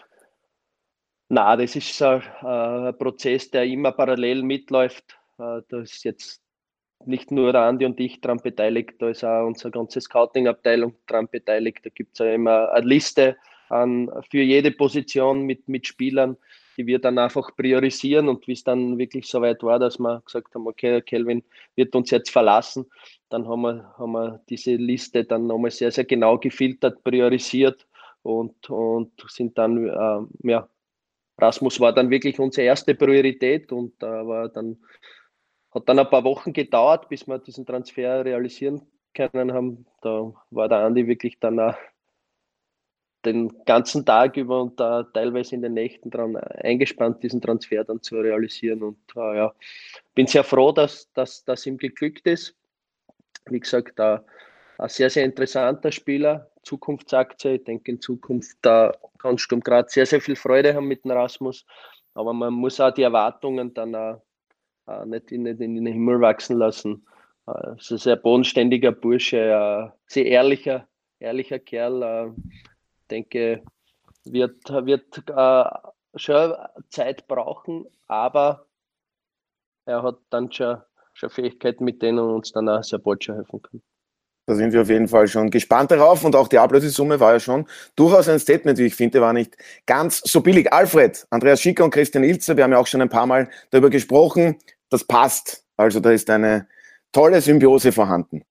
Na, das ist äh, ein Prozess, der immer parallel mitläuft. Äh, da ist jetzt nicht nur der Andi und ich daran beteiligt, da ist auch unsere ganze Scouting-Abteilung daran beteiligt. Da gibt es ja immer eine Liste an, für jede Position mit, mit Spielern, die wir dann einfach priorisieren und wie es dann wirklich so weit war, dass wir gesagt haben, okay, Kelvin wird uns jetzt verlassen, dann haben wir, haben wir diese Liste dann nochmal sehr, sehr genau gefiltert, priorisiert und, und sind dann, äh, ja, Rasmus war dann wirklich unsere erste Priorität und äh, war dann, hat dann ein paar Wochen gedauert, bis wir diesen Transfer realisieren können haben. Da war der Andi wirklich dann auch den ganzen Tag über und da teilweise in den Nächten dran eingespannt, diesen Transfer dann zu realisieren. Und äh, ja, bin sehr froh, dass, dass das ihm geglückt ist. Wie gesagt, äh, ein sehr, sehr interessanter Spieler, Zukunftsaktie. Ich denke, in Zukunft da kann Sturm Graz sehr, sehr viel Freude haben mit dem Rasmus. Aber man muss auch die Erwartungen dann auch, auch nicht, in, nicht in den Himmel wachsen lassen. Äh, es ist ein sehr bodenständiger Bursche, äh, sehr ehrlicher, ehrlicher Kerl. Äh, Ich denke, wird, wird äh, schon Zeit brauchen, aber er hat dann schon, schon Fähigkeiten, mit denen uns dann auch sehr bald schon helfen können. Da sind wir auf jeden Fall schon gespannt darauf und auch die Ablösesumme war ja schon durchaus ein Statement, wie ich finde, war nicht ganz so billig. Alfred, Andreas Schicker und Christian Ilzer, wir haben ja auch schon ein paar Mal darüber gesprochen, das passt. Also da ist eine tolle Symbiose vorhanden.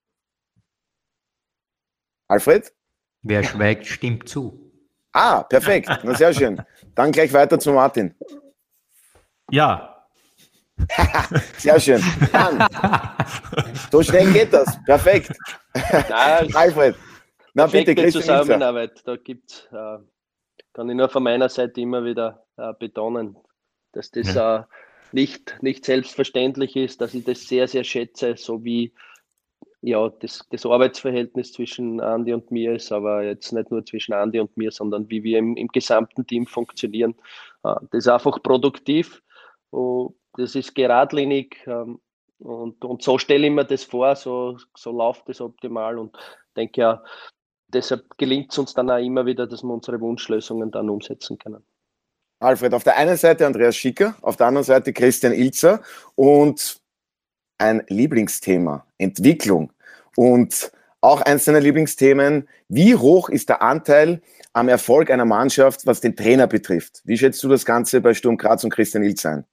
Alfred? Wer schweigt, stimmt zu. Ah, perfekt. Na, sehr schön. Dann gleich weiter zu Martin. Ja. Sehr schön. Dann. So schnell geht das. Perfekt. Nein, Alfred. Na bitte, Christian Ilzer. Zusammenarbeit. Da gibt's, äh, kann ich nur von meiner Seite immer wieder äh, betonen, dass das ja. äh, nicht, nicht selbstverständlich ist, dass ich das sehr, sehr schätze, so wie ja, das, das Arbeitsverhältnis zwischen Andi und mir ist, aber jetzt nicht nur zwischen Andi und mir, sondern wie wir im, im gesamten Team funktionieren. Äh, das ist einfach produktiv, uh, das ist geradlinig ähm, und, und so stelle ich mir das vor, so, so läuft das optimal und denke ja, deshalb gelingt es uns dann auch immer wieder, dass wir unsere Wunschlösungen dann umsetzen können. Alfred, auf der einen Seite Andreas Schicker, auf der anderen Seite Christian Ilzer und ein Lieblingsthema, Entwicklung und auch eins seiner Lieblingsthemen, wie hoch ist der Anteil am Erfolg einer Mannschaft, was den Trainer betrifft? Wie schätzt du das Ganze bei Sturm Graz und Christian Ilzer ein?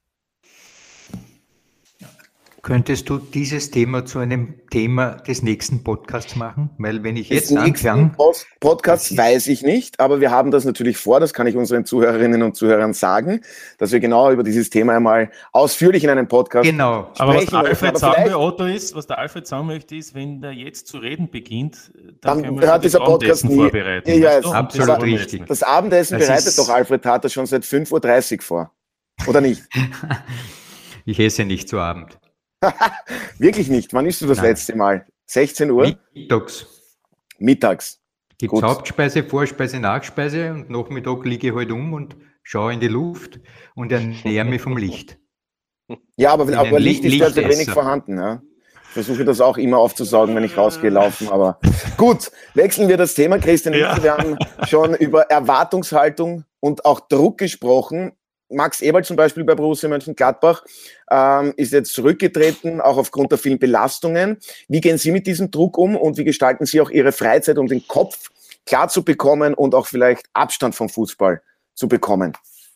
Könntest du dieses Thema zu einem Thema des nächsten Podcasts machen? Weil wenn ich jetzt Des nächsten anfange... Podcast weiß ich nicht, aber wir haben das natürlich vor, das kann ich unseren Zuhörerinnen und Zuhörern sagen, dass wir genau über dieses Thema einmal ausführlich in einem Podcast genau. sprechen. Aber was der Alfred aber sagen will, Otto, ist, was der Alfred sagen möchte, ist, wenn der jetzt zu reden beginnt, dann, dann können wir hört dieser Podcast nie. vorbereiten. Ja, ja, absolut das, richtig. Das Abendessen das bereitet ist, doch Alfred Tater schon seit fünf Uhr dreißig vor, oder nicht? Ich esse nicht zu Abend. Wirklich nicht. Wann isst du das Nein. letzte Mal? sechzehn Uhr? Mittags. Mittags. Gibt es Hauptspeise, Vorspeise, Nachspeise und Nachmittag liege ich halt um und schaue in die Luft und ernähre mich vom Licht. Ja, aber, aber Licht, Licht ist sehr wenig Esser. vorhanden. Ja? Ich versuche das auch immer aufzusaugen, wenn ich rausgehe, laufen. Aber gut, wechseln wir das Thema. Christian, ja. Wir haben schon über Erwartungshaltung und auch Druck gesprochen. Max Eberl zum Beispiel bei Borussia Mönchengladbach ähm, ist jetzt zurückgetreten, auch aufgrund der vielen Belastungen. Wie gehen Sie mit diesem Druck um und wie gestalten Sie auch Ihre Freizeit, um den Kopf klar zu bekommen und auch vielleicht Abstand vom Fußball zu bekommen?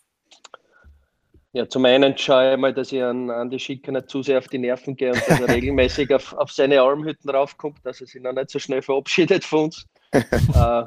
Ja, zum einen schaue ich mal, dass ich an Andi Schicker nicht zu sehr auf die Nerven gehe und dass er regelmäßig auf, auf seine Almhütten raufkommt, dass er sich noch nicht so schnell verabschiedet von uns. äh,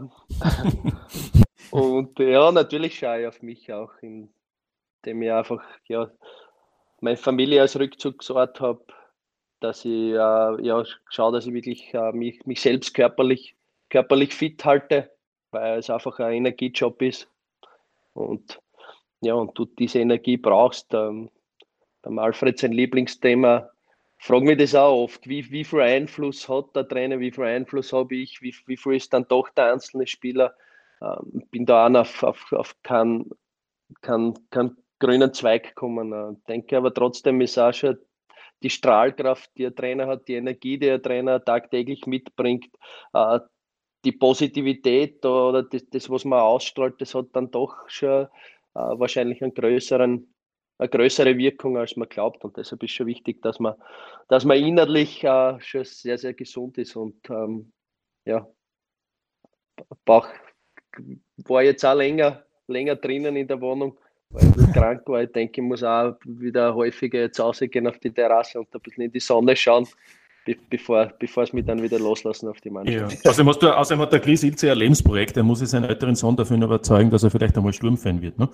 und ja, natürlich schaue ich auf mich auch, in dem ich einfach ja, meine Familie als Rückzugsort habe, dass ich äh, ja, schaue, dass ich wirklich äh, mich, mich selbst körperlich, körperlich fit halte, weil es einfach ein Energiejob ist. Und ja, und du diese Energie brauchst. Ähm, beim Alfred sein Lieblingsthema, frage mich das auch oft, wie, wie viel Einfluss hat der Trainer, wie viel Einfluss habe ich, wie, wie viel ist dann doch der einzelne Spieler. Ähm, bin da auch auf, auf, auf keinen kein, kein grünen Zweig gekommen. Ich denke aber trotzdem ist auch schon die Strahlkraft, die ein Trainer hat, die Energie, die ein Trainer tagtäglich mitbringt, äh, die Positivität oder das, das, was man ausstrahlt, das hat dann doch schon äh, wahrscheinlich einen größeren, eine größere Wirkung, als man glaubt. Und deshalb ist schon wichtig, dass man, dass man innerlich äh, schon sehr, sehr gesund ist. Und ähm, ja, Bauch war jetzt auch länger, länger drinnen in der Wohnung, weil ich krank war. Ich denke, ich muss auch wieder häufiger jetzt rausgehen auf die Terrasse und ein bisschen in die Sonne schauen, bevor, bevor es mich dann wieder loslassen auf die Mannschaft. Ja. Außerdem, hast du, außerdem hat der Chris Ilzer ein Lebensprojekt, er muss sich seinen älteren Sohn dafür überzeugen, dass er vielleicht einmal Sturmfan wird. Ne?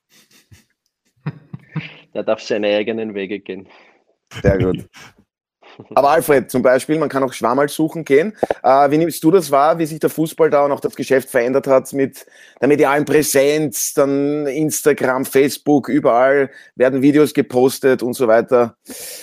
Der darf seine eigenen Wege gehen. Sehr gut. Aber Alfred, zum Beispiel, man kann auch Schwammerl suchen gehen. Äh, wie nimmst du das wahr, wie sich der Fußball da und auch das Geschäft verändert hat mit der medialen Präsenz, dann Instagram, Facebook, überall werden Videos gepostet und so weiter.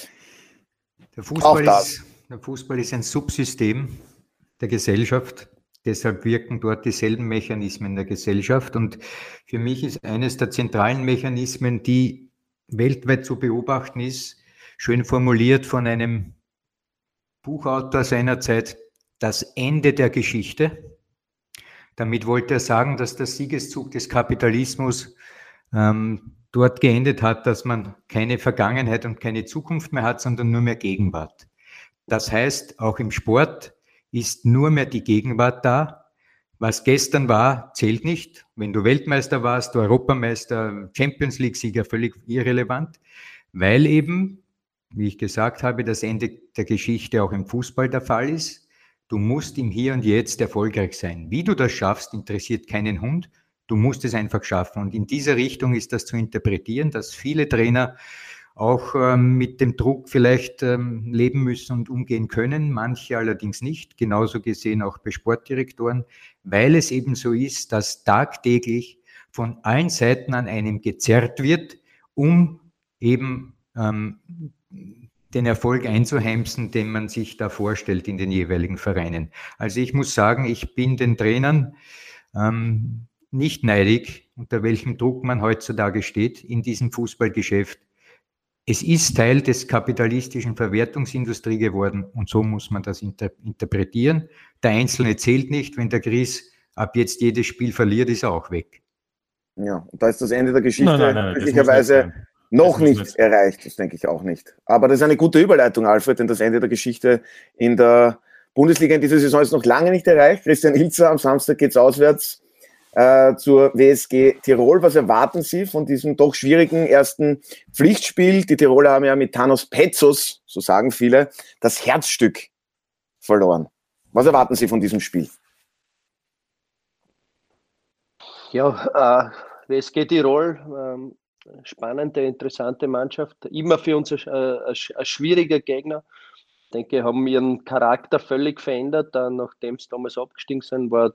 Der Fußball, ist, der Fußball ist ein Subsystem der Gesellschaft. Deshalb wirken dort dieselben Mechanismen der Gesellschaft. Und für mich ist eines der zentralen Mechanismen, die weltweit zu beobachten ist, schön formuliert von einem Buchautor seinerzeit, das Ende der Geschichte. Damit wollte er sagen, dass der Siegeszug des Kapitalismus ähm, dort geendet hat, dass man keine Vergangenheit und keine Zukunft mehr hat, sondern nur mehr Gegenwart. Das heißt, auch im Sport ist nur mehr die Gegenwart da. Was gestern war, zählt nicht. Wenn du Weltmeister warst, du Europameister, Champions League-Sieger, völlig irrelevant, weil eben, wie ich gesagt habe, das Ende der Geschichte auch im Fußball der Fall ist. Du musst im Hier und Jetzt erfolgreich sein. Wie du das schaffst, interessiert keinen Hund. Du musst es einfach schaffen. Und in dieser Richtung ist das zu interpretieren, dass viele Trainer auch ähm, mit dem Druck vielleicht ähm, leben müssen und umgehen können, manche allerdings nicht, genauso gesehen auch bei Sportdirektoren, weil es eben so ist, dass tagtäglich von allen Seiten an einem gezerrt wird, um eben ähm, den Erfolg einzuheimsen, den man sich da vorstellt in den jeweiligen Vereinen. Also ich muss sagen, ich bin den Trainern ähm, nicht neidig, unter welchem Druck man heutzutage steht in diesem Fußballgeschäft. Es ist Teil des kapitalistischen Verwertungsindustrie geworden und so muss man das inter- interpretieren. Der Einzelne zählt nicht, wenn der Chris ab jetzt jedes Spiel verliert, ist er auch weg. Ja, und da ist das Ende der Geschichte Nein, nein, nein, möglicherweise noch nicht, nicht erreicht. Das denke ich auch nicht. Aber das ist eine gute Überleitung, Alfred, denn das Ende der Geschichte in der Bundesliga in dieser Saison ist noch lange nicht erreicht. Christian Ilzer, am Samstag geht's auswärts äh, zur W S G Tirol. Was erwarten Sie von diesem doch schwierigen ersten Pflichtspiel? Die Tiroler haben ja mit Thanos Petzos, so sagen viele, das Herzstück verloren. Was erwarten Sie von diesem Spiel? Ja, äh, W S G Tirol, ähm, spannende, interessante Mannschaft. Immer für uns ein, ein, ein schwieriger Gegner. Ich denke, haben ihren Charakter völlig verändert. Dann, nachdem sie damals abgestiegen sind, war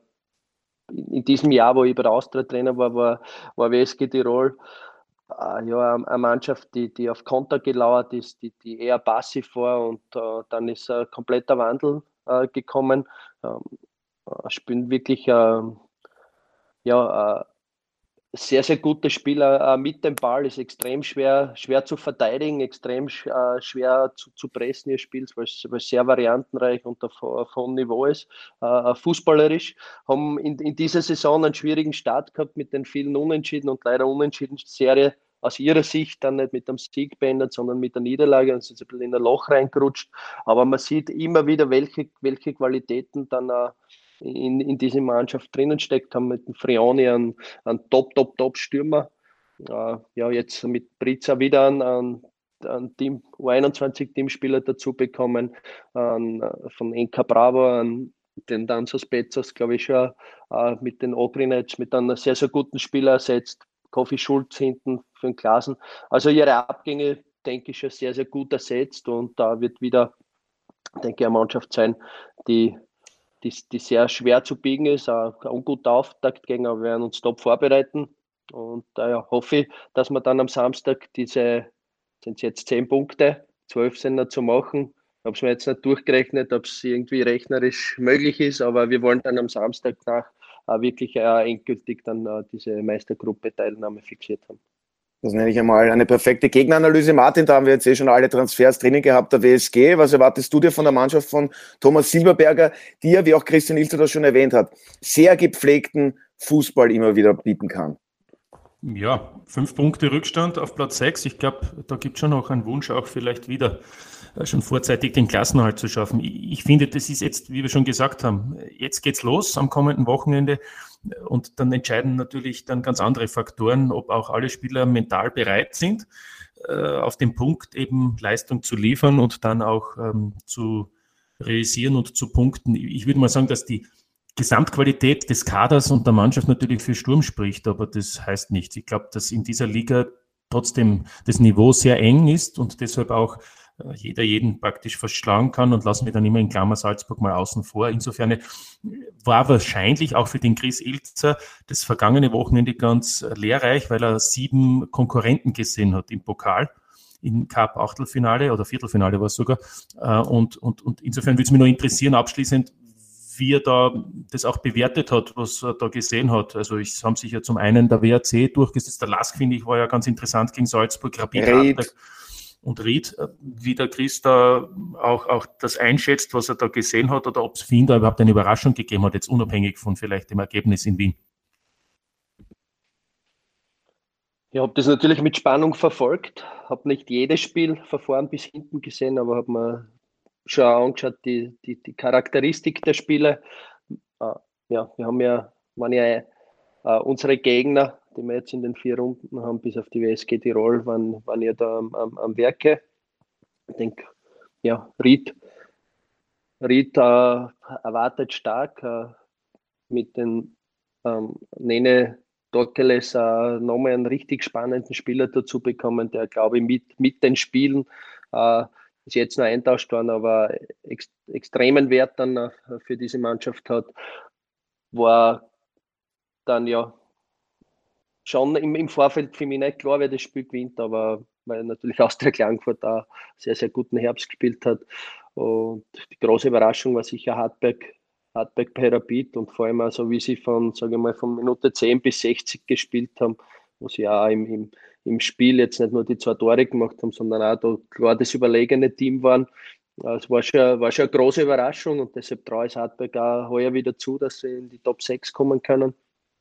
in diesem Jahr, wo ich bei der Austria Trainer war, war, war W S G Tirol äh, ja, eine Mannschaft, die, die auf Konter gelauert ist, die, die eher passiv war und äh, dann ist ein kompletter Wandel äh, gekommen. Ähm, äh, spielen wirklich äh, ja, äh, sehr, sehr gute Spieler äh, mit dem Ball, ist extrem schwer, schwer zu verteidigen, extrem äh, schwer zu, zu pressen, ihr Spiel, weil es sehr variantenreich und auf, auf hohem Niveau ist. Äh, fußballerisch haben in, in dieser Saison einen schwierigen Start gehabt mit den vielen Unentschieden und leider Unentschieden Serie aus ihrer Sicht dann nicht mit dem Sieg beendet, sondern mit der Niederlage und sind ein bisschen in ein Loch reingerutscht. Aber man sieht immer wieder, welche, welche Qualitäten dann äh, In, in diese Mannschaft drinnen steckt, haben mit dem Frioni einen, einen Top, Top, Top Stürmer. Äh, ja, jetzt mit Brizza wieder einen, einen, einen Team, U einundzwanzig Teamspieler dazu bekommen, einen, von Enka Bravo, einen, den Danzos Betzos, glaube ich schon, äh, mit den Ogrinets, mit einem sehr, sehr guten Spieler ersetzt. Kofi Schulz hinten für den Klassen. Also ihre Abgänge, denke ich, schon sehr, sehr gut ersetzt und da wird wieder, denke ich, eine Mannschaft sein, die Die, die sehr schwer zu biegen ist, ein, ein unguter Auftakt gegen, aber wir werden uns top vorbereiten und äh, ja, hoffe ich, dass wir dann am Samstag diese, sind es jetzt zehn Punkte, zwölf sind noch zu machen. Ich habe es mir jetzt nicht durchgerechnet, ob es irgendwie rechnerisch möglich ist, aber wir wollen dann am Samstag nach äh, wirklich äh, endgültig dann äh, diese Meistergruppe-Teilnahme fixiert haben. Das nenne ich einmal eine perfekte Gegneranalyse. Martin, da haben wir jetzt eh schon alle Transfers drinnen gehabt, der W S G. Was erwartest du dir von der Mannschaft von Thomas Silberberger, die ja, wie auch Christian Ilzer das schon erwähnt hat, sehr gepflegten Fußball immer wieder bieten kann? Ja, fünf Punkte Rückstand auf Platz sechs. Ich glaube, da gibt es schon noch einen Wunsch, auch vielleicht wieder schon vorzeitig den Klassenerhalt zu schaffen. Ich finde, das ist jetzt, wie wir schon gesagt haben, jetzt geht's los am kommenden Wochenende und dann entscheiden natürlich dann ganz andere Faktoren, ob auch alle Spieler mental bereit sind, auf den Punkt eben Leistung zu liefern und dann auch ähm, zu realisieren und zu punkten. Ich würde mal sagen, dass die Gesamtqualität des Kaders und der Mannschaft natürlich für Sturm spricht, aber das heißt nichts. Ich glaube, dass in dieser Liga trotzdem das Niveau sehr eng ist und deshalb auch jeder jeden praktisch verschlagen kann und lassen wir dann immer in Klammer Salzburg mal außen vor. Insofern war wahrscheinlich auch für den Chris Ilzer das vergangene Wochenende ganz lehrreich, weil er sieben Konkurrenten gesehen hat im Pokal, im Cup-Achtelfinale oder Viertelfinale war es sogar. Und, und, und insofern würde es mich noch interessieren, abschließend, wie er da das auch bewertet hat, was er da gesehen hat. Also es haben sich ja zum einen der W R C durchgesetzt, der Lask, finde ich, war ja ganz interessant gegen Salzburg, Rapid Ried. und Ried, wie der Chris da auch, auch das einschätzt, was er da gesehen hat, oder ob es für ihn da überhaupt eine Überraschung gegeben hat, jetzt unabhängig von vielleicht dem Ergebnis in Wien. Ich habe das natürlich mit Spannung verfolgt, habe nicht jedes Spiel von vorn bis hinten gesehen, aber habe mir schon angeschaut, die, die, die Charakteristik der Spiele. Uh, ja, wir haben ja, waren ja uh, unsere Gegner, die wir jetzt in den vier Runden haben, bis auf die W S G Tirol, waren, waren ja da am, am, am Werke. Ich denke, ja, Ried, Ried uh, erwartet stark uh, mit den um, Nene Dokeles uh, nochmal einen richtig spannenden Spieler dazu bekommen, der, glaube ich, mit, mit den Spielen uh, ist jetzt noch eintauscht worden, aber ex, extremen Wert dann uh, für diese Mannschaft hat, war dann ja schon im, im Vorfeld für mich nicht klar, wer das Spiel gewinnt, aber weil natürlich Austria Klagenfurt da sehr, sehr guten Herbst gespielt hat. Und die große Überraschung war sicher Hartberg, Hartberg bei Rapid und vor allem auch so, wie sie von, sage ich mal, von Minute zehn bis sechzig gespielt haben, wo sie auch im, im, im Spiel jetzt nicht nur die zwei Tore gemacht haben, sondern auch da klar das überlegene Team waren. Es war schon, war schon eine große Überraschung und deshalb traue ich Hartberg auch heuer wieder zu, dass sie in die Top sechs kommen können.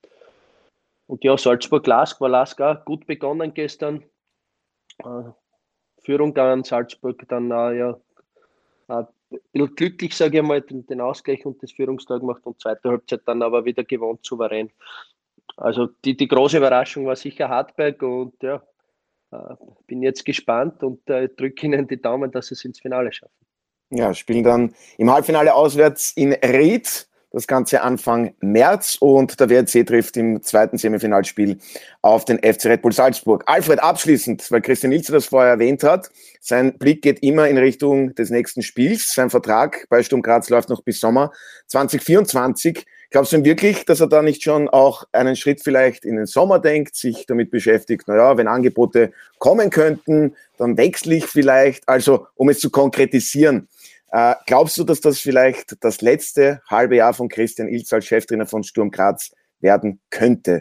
Und ja, Salzburg-Lask war Lask auch gut begonnen gestern. Äh, Führung an Salzburg, dann äh, ja, äh, ein bisschen glücklich, sage ich mal, den, den Ausgleich und das Führungstor gemacht und zweite Halbzeit dann aber wieder gewonnen, souverän. Also die, die große Überraschung war sicher Hartberg und ja, äh, bin jetzt gespannt und äh, drücke ihnen die Daumen, dass sie es ins Finale schaffen. Ja, spielen dann im Halbfinale auswärts in Ried. Das Ganze Anfang März und der W R C trifft im zweiten Semifinalspiel auf den F C Red Bull Salzburg. Alfred, abschließend, weil Christian Ilzer das vorher erwähnt hat, sein Blick geht immer in Richtung des nächsten Spiels. Sein Vertrag bei Sturm Graz läuft noch bis Sommer zwanzig vierundzwanzig. Glaubst du denn wirklich, dass er da nicht schon auch einen Schritt vielleicht in den Sommer denkt, sich damit beschäftigt, naja, wenn Angebote kommen könnten, dann wechsle ich vielleicht, also um es zu konkretisieren. Äh, glaubst du, dass das vielleicht das letzte halbe Jahr von Christian Ilzer als Cheftrainer von Sturm Graz werden könnte?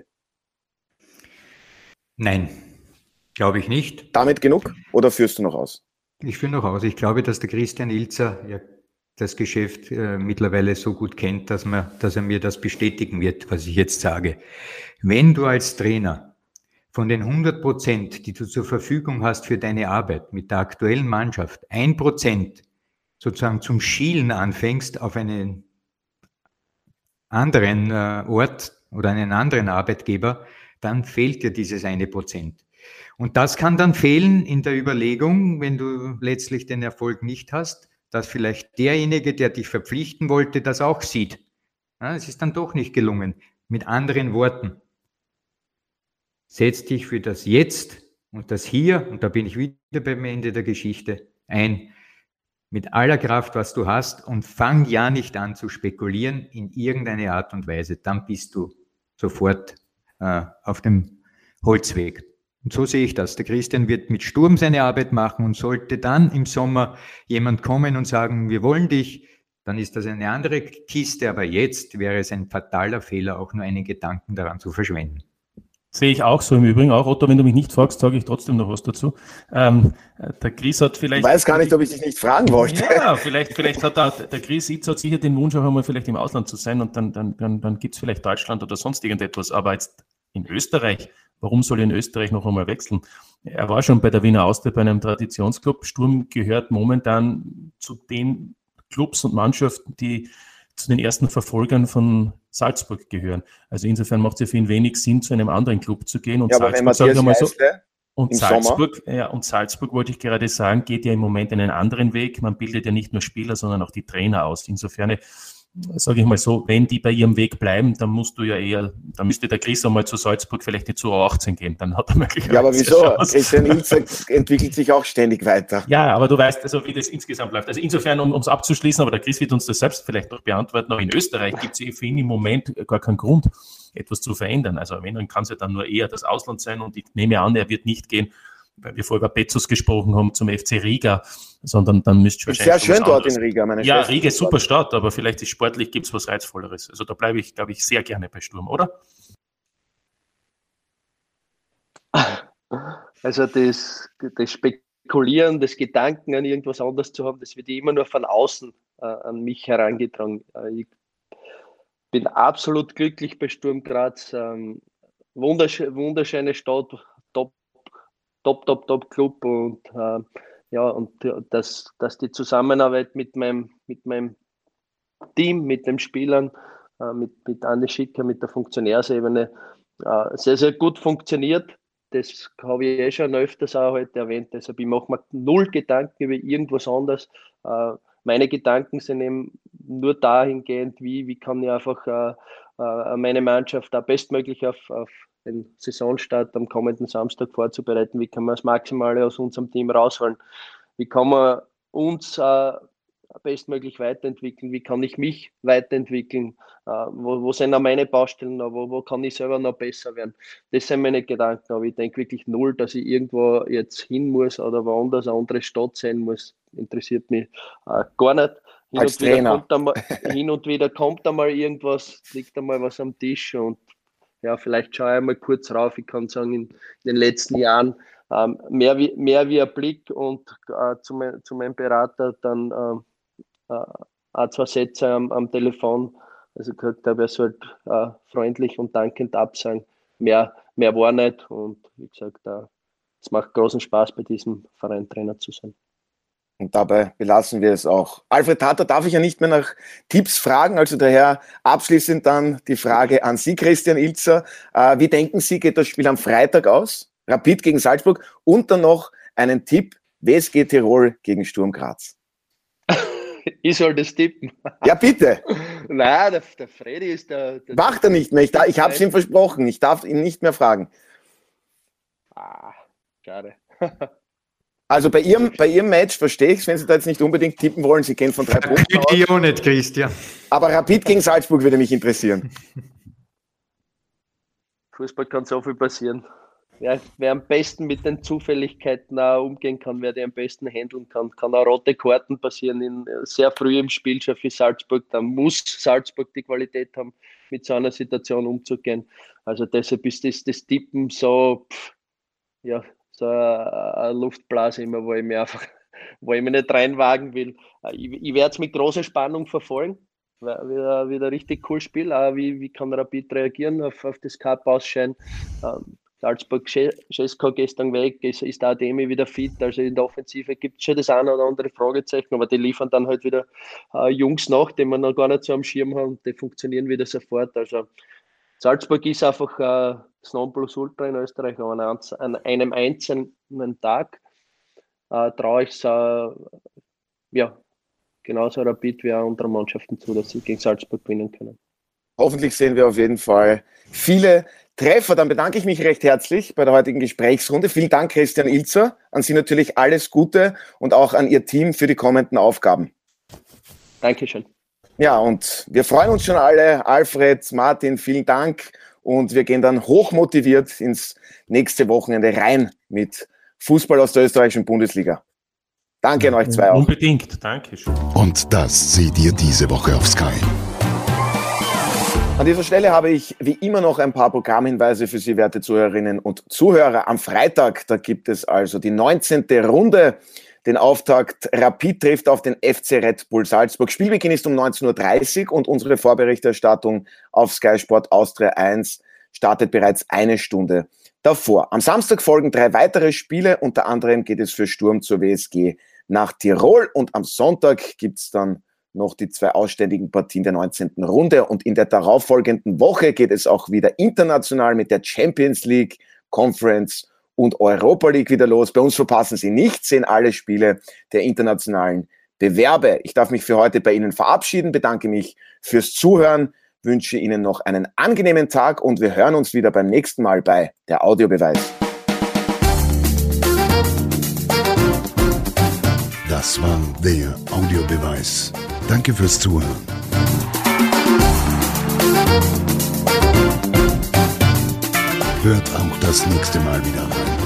Nein, glaube ich nicht. Damit genug oder führst du noch aus? Ich führe noch aus. Ich glaube, dass der Christian Ilzer ja das Geschäft äh, mittlerweile so gut kennt, dass, man, dass er mir das bestätigen wird, was ich jetzt sage. Wenn du als Trainer von den hundert Prozent, die du zur Verfügung hast für deine Arbeit mit der aktuellen Mannschaft, ein Prozent sozusagen zum Schielen anfängst auf einen anderen äh, Ort oder einen anderen Arbeitgeber, dann fehlt dir dieses eine Prozent. Und das kann dann fehlen in der Überlegung, wenn du letztlich den Erfolg nicht hast, dass vielleicht derjenige, der dich verpflichten wollte, das auch sieht. Ja, es ist dann doch nicht gelungen. Mit anderen Worten, setz dich für das Jetzt und das Hier, und da bin ich wieder beim Ende der Geschichte, ein, mit aller Kraft, was du hast, und fang ja nicht an zu spekulieren in irgendeine Art und Weise. Dann bist du sofort äh, auf dem Holzweg. Und so sehe ich das. Der Christian wird mit Sturm seine Arbeit machen und sollte dann im Sommer jemand kommen und sagen, wir wollen dich, dann ist das eine andere Kiste. Aber jetzt wäre es ein fataler Fehler, auch nur einen Gedanken daran zu verschwenden. Sehe ich auch so im Übrigen. Auch, Otto, wenn du mich nicht fragst, sage ich trotzdem noch was dazu. Ähm, der Chris hat vielleicht... Ich weiß gar nicht, ob ich dich nicht fragen wollte. Ja, vielleicht, vielleicht hat der, der Chris Ilzer hat sicher den Wunsch, auch einmal vielleicht im Ausland zu sein und dann, dann, dann, dann gibt es vielleicht Deutschland oder sonst irgendetwas. Aber jetzt in Österreich, warum soll er in Österreich noch einmal wechseln? Er war schon bei der Wiener Austria bei einem Traditionsclub. Sturm gehört momentan zu den Clubs und Mannschaften, die zu den ersten Verfolgern von Salzburg gehören. Also insofern macht es ja für ihn wenig Sinn, zu einem anderen Club zu gehen. Und ja, aber Salzburg, wenn man so, Leiste, und Salzburg, ja, und Salzburg, wollte ich gerade sagen, geht ja im Moment einen anderen Weg. Man bildet ja nicht nur Spieler, sondern auch die Trainer aus. Insofern sage ich mal so, wenn die bei ihrem Weg bleiben, dann musst du ja eher, dann müsste der Chris einmal zu Salzburg vielleicht nicht zu U achtzehn gehen, dann hat er möglicherweise Ja, aber wieso? Chance. Christian Ilzer entwickelt sich auch ständig weiter. Ja, aber du weißt also, wie das insgesamt läuft. Also insofern, um es abzuschließen, aber der Chris wird uns das selbst vielleicht noch beantworten, auch in Österreich gibt es für ihn im Moment gar keinen Grund, etwas zu verändern. Also wenn, dann kann es ja dann nur eher das Ausland sein und ich nehme an, er wird nicht gehen, weil wir vorher über Bezos gesprochen haben, zum F C Riga, sondern dann müsste ich wahrscheinlich... Sehr schön dort in Riga, meine Ja, Schwester. Riga ist super Stadt, aber vielleicht ist sportlich, gibt es was Reizvolleres. Also da bleibe ich, glaube ich, sehr gerne bei Sturm, oder? Also das, das Spekulieren, das Gedanken an irgendwas anderes zu haben, das wird immer nur von außen äh, an mich herangetragen. Äh, ich bin absolut glücklich bei Sturm Graz. Ähm, wundersch- wunderschöne Stadt, top, top, top, top Club und äh, ja, und dass, dass die Zusammenarbeit mit meinem, mit meinem Team, mit den Spielern, äh, mit, mit Andi Schicker, mit der Funktionärsebene äh, sehr, sehr gut funktioniert. Das habe ich eh schon öfters auch heute erwähnt. Deshalb, ich mache mir null Gedanken über irgendwas anderes. Äh, meine Gedanken sind eben nur dahingehend, wie, wie kann ich einfach äh, äh, meine Mannschaft auch bestmöglich auf, auf den Saisonstart am kommenden Samstag vorzubereiten. Wie kann man das Maximale aus unserem Team rausholen? Wie kann man uns äh, bestmöglich weiterentwickeln? Wie kann ich mich weiterentwickeln? Äh, wo, wo sind auch meine Baustellen? Wo, wo kann ich selber noch besser werden? Das sind meine Gedanken, aber ich denke wirklich null, dass ich irgendwo jetzt hin muss oder woanders eine andere Stadt sein muss. Interessiert mich äh, gar nicht. Hin Als und, wieder Trainer. kommt einmal, hin und wieder kommt einmal irgendwas, liegt einmal was am Tisch und ja, vielleicht schaue ich einmal kurz rauf. Ich kann sagen, in, in den letzten Jahren ähm, mehr, wie, mehr wie ein Blick und äh, zu, mein, zu meinem Berater dann äh, äh, auch zwei Sätze am, am Telefon. Also gesagt habe, er sollte äh, freundlich und dankend absagen. Mehr, mehr war nicht und wie gesagt, äh, es macht großen Spaß, bei diesem Verein Trainer zu sein. Und dabei belassen wir es auch. Alfred Tater darf ich ja nicht mehr nach Tipps fragen, also daher abschließend dann die Frage an Sie, Christian Ilzer. Äh, wie denken Sie, geht das Spiel am Freitag aus? Rapid gegen Salzburg und dann noch einen Tipp, W S G Tirol gegen Sturm Graz. Ich soll das tippen. Ja, bitte. Nein, der, der Freddy ist der... der Macht er nicht mehr. Ich, ich habe es ihm versprochen. Ich darf ihn nicht mehr fragen. Ah, schade. Also bei Ihrem, bei Ihrem Match verstehe ich es, wenn Sie da jetzt nicht unbedingt tippen wollen. Sie gehen von drei Punkten aus. Ich auch nicht, Christian. Aber Rapid gegen Salzburg würde mich interessieren. Fußball kann so viel passieren. Wer, wer am besten mit den Zufälligkeiten auch umgehen kann, wer die am besten handeln kann, kann auch rote Karten passieren. In, sehr früh im Spiel schon für Salzburg. Da muss Salzburg die Qualität haben, mit so einer Situation umzugehen. Also deshalb ist das, das Tippen so, pff, ja, so eine, eine Luftblase immer, wo ich mir einfach, wo ich mich nicht reinwagen will. Ich, ich werde es mit großer Spannung verfolgen. Wieder, wieder ein richtig cooles Spiel. Auch wie, wie kann Rapid reagieren auf, auf das Cup-Ausscheiden? Ähm, Salzburg, Cesco gestern weg, ist, ist der Ademi wieder fit, also in der Offensive gibt es schon das eine oder andere Fragezeichen, aber die liefern dann halt wieder äh, Jungs nach, die wir noch gar nicht so am Schirm haben, die funktionieren wieder sofort. Also Salzburg ist einfach äh, das Nonplusultra in Österreich, an, an einem einzelnen Tag äh, traue ich es äh, ja, genauso Rapid wie auch anderen Mannschaften zu, dass sie gegen Salzburg gewinnen können. Hoffentlich sehen wir auf jeden Fall viele Treffer. Dann bedanke ich mich recht herzlich bei der heutigen Gesprächsrunde. Vielen Dank, Christian Ilzer. An Sie natürlich alles Gute und auch an Ihr Team für die kommenden Aufgaben. Dankeschön. Ja, und wir freuen uns schon alle. Alfred, Martin, vielen Dank. Und wir gehen dann hochmotiviert ins nächste Wochenende rein mit Fußball aus der österreichischen Bundesliga. Danke an euch zwei auch. Unbedingt, Dankeschön. Und das seht ihr diese Woche auf Sky. An dieser Stelle habe ich wie immer noch ein paar Programmhinweise für Sie, werte Zuhörerinnen und Zuhörer. Am Freitag, da gibt es also die neunzehnte Runde, den Auftakt. Rapid trifft auf den F C Red Bull Salzburg. Spielbeginn ist um neunzehn Uhr dreißig und unsere Vorberichterstattung auf Sky Sport Austria eins startet bereits eine Stunde davor. Am Samstag folgen drei weitere Spiele, unter anderem geht es für Sturm zur W S G nach Tirol und am Sonntag gibt es dann noch die zwei ausständigen Partien der neunzehnten Runde und in der darauffolgenden Woche geht es auch wieder international mit der Champions League, Conference und Europa League wieder los. Bei uns verpassen Sie nicht, sehen alle Spiele der internationalen bewerbe. Ich darf mich für heute bei Ihnen verabschieden, bedanke mich fürs Zuhören, wünsche Ihnen noch einen angenehmen Tag und wir hören uns wieder beim nächsten Mal bei der Audiobeweis. Das war der Audiobeweis. Danke fürs Zuhören. Hört auch das nächste Mal wieder rein.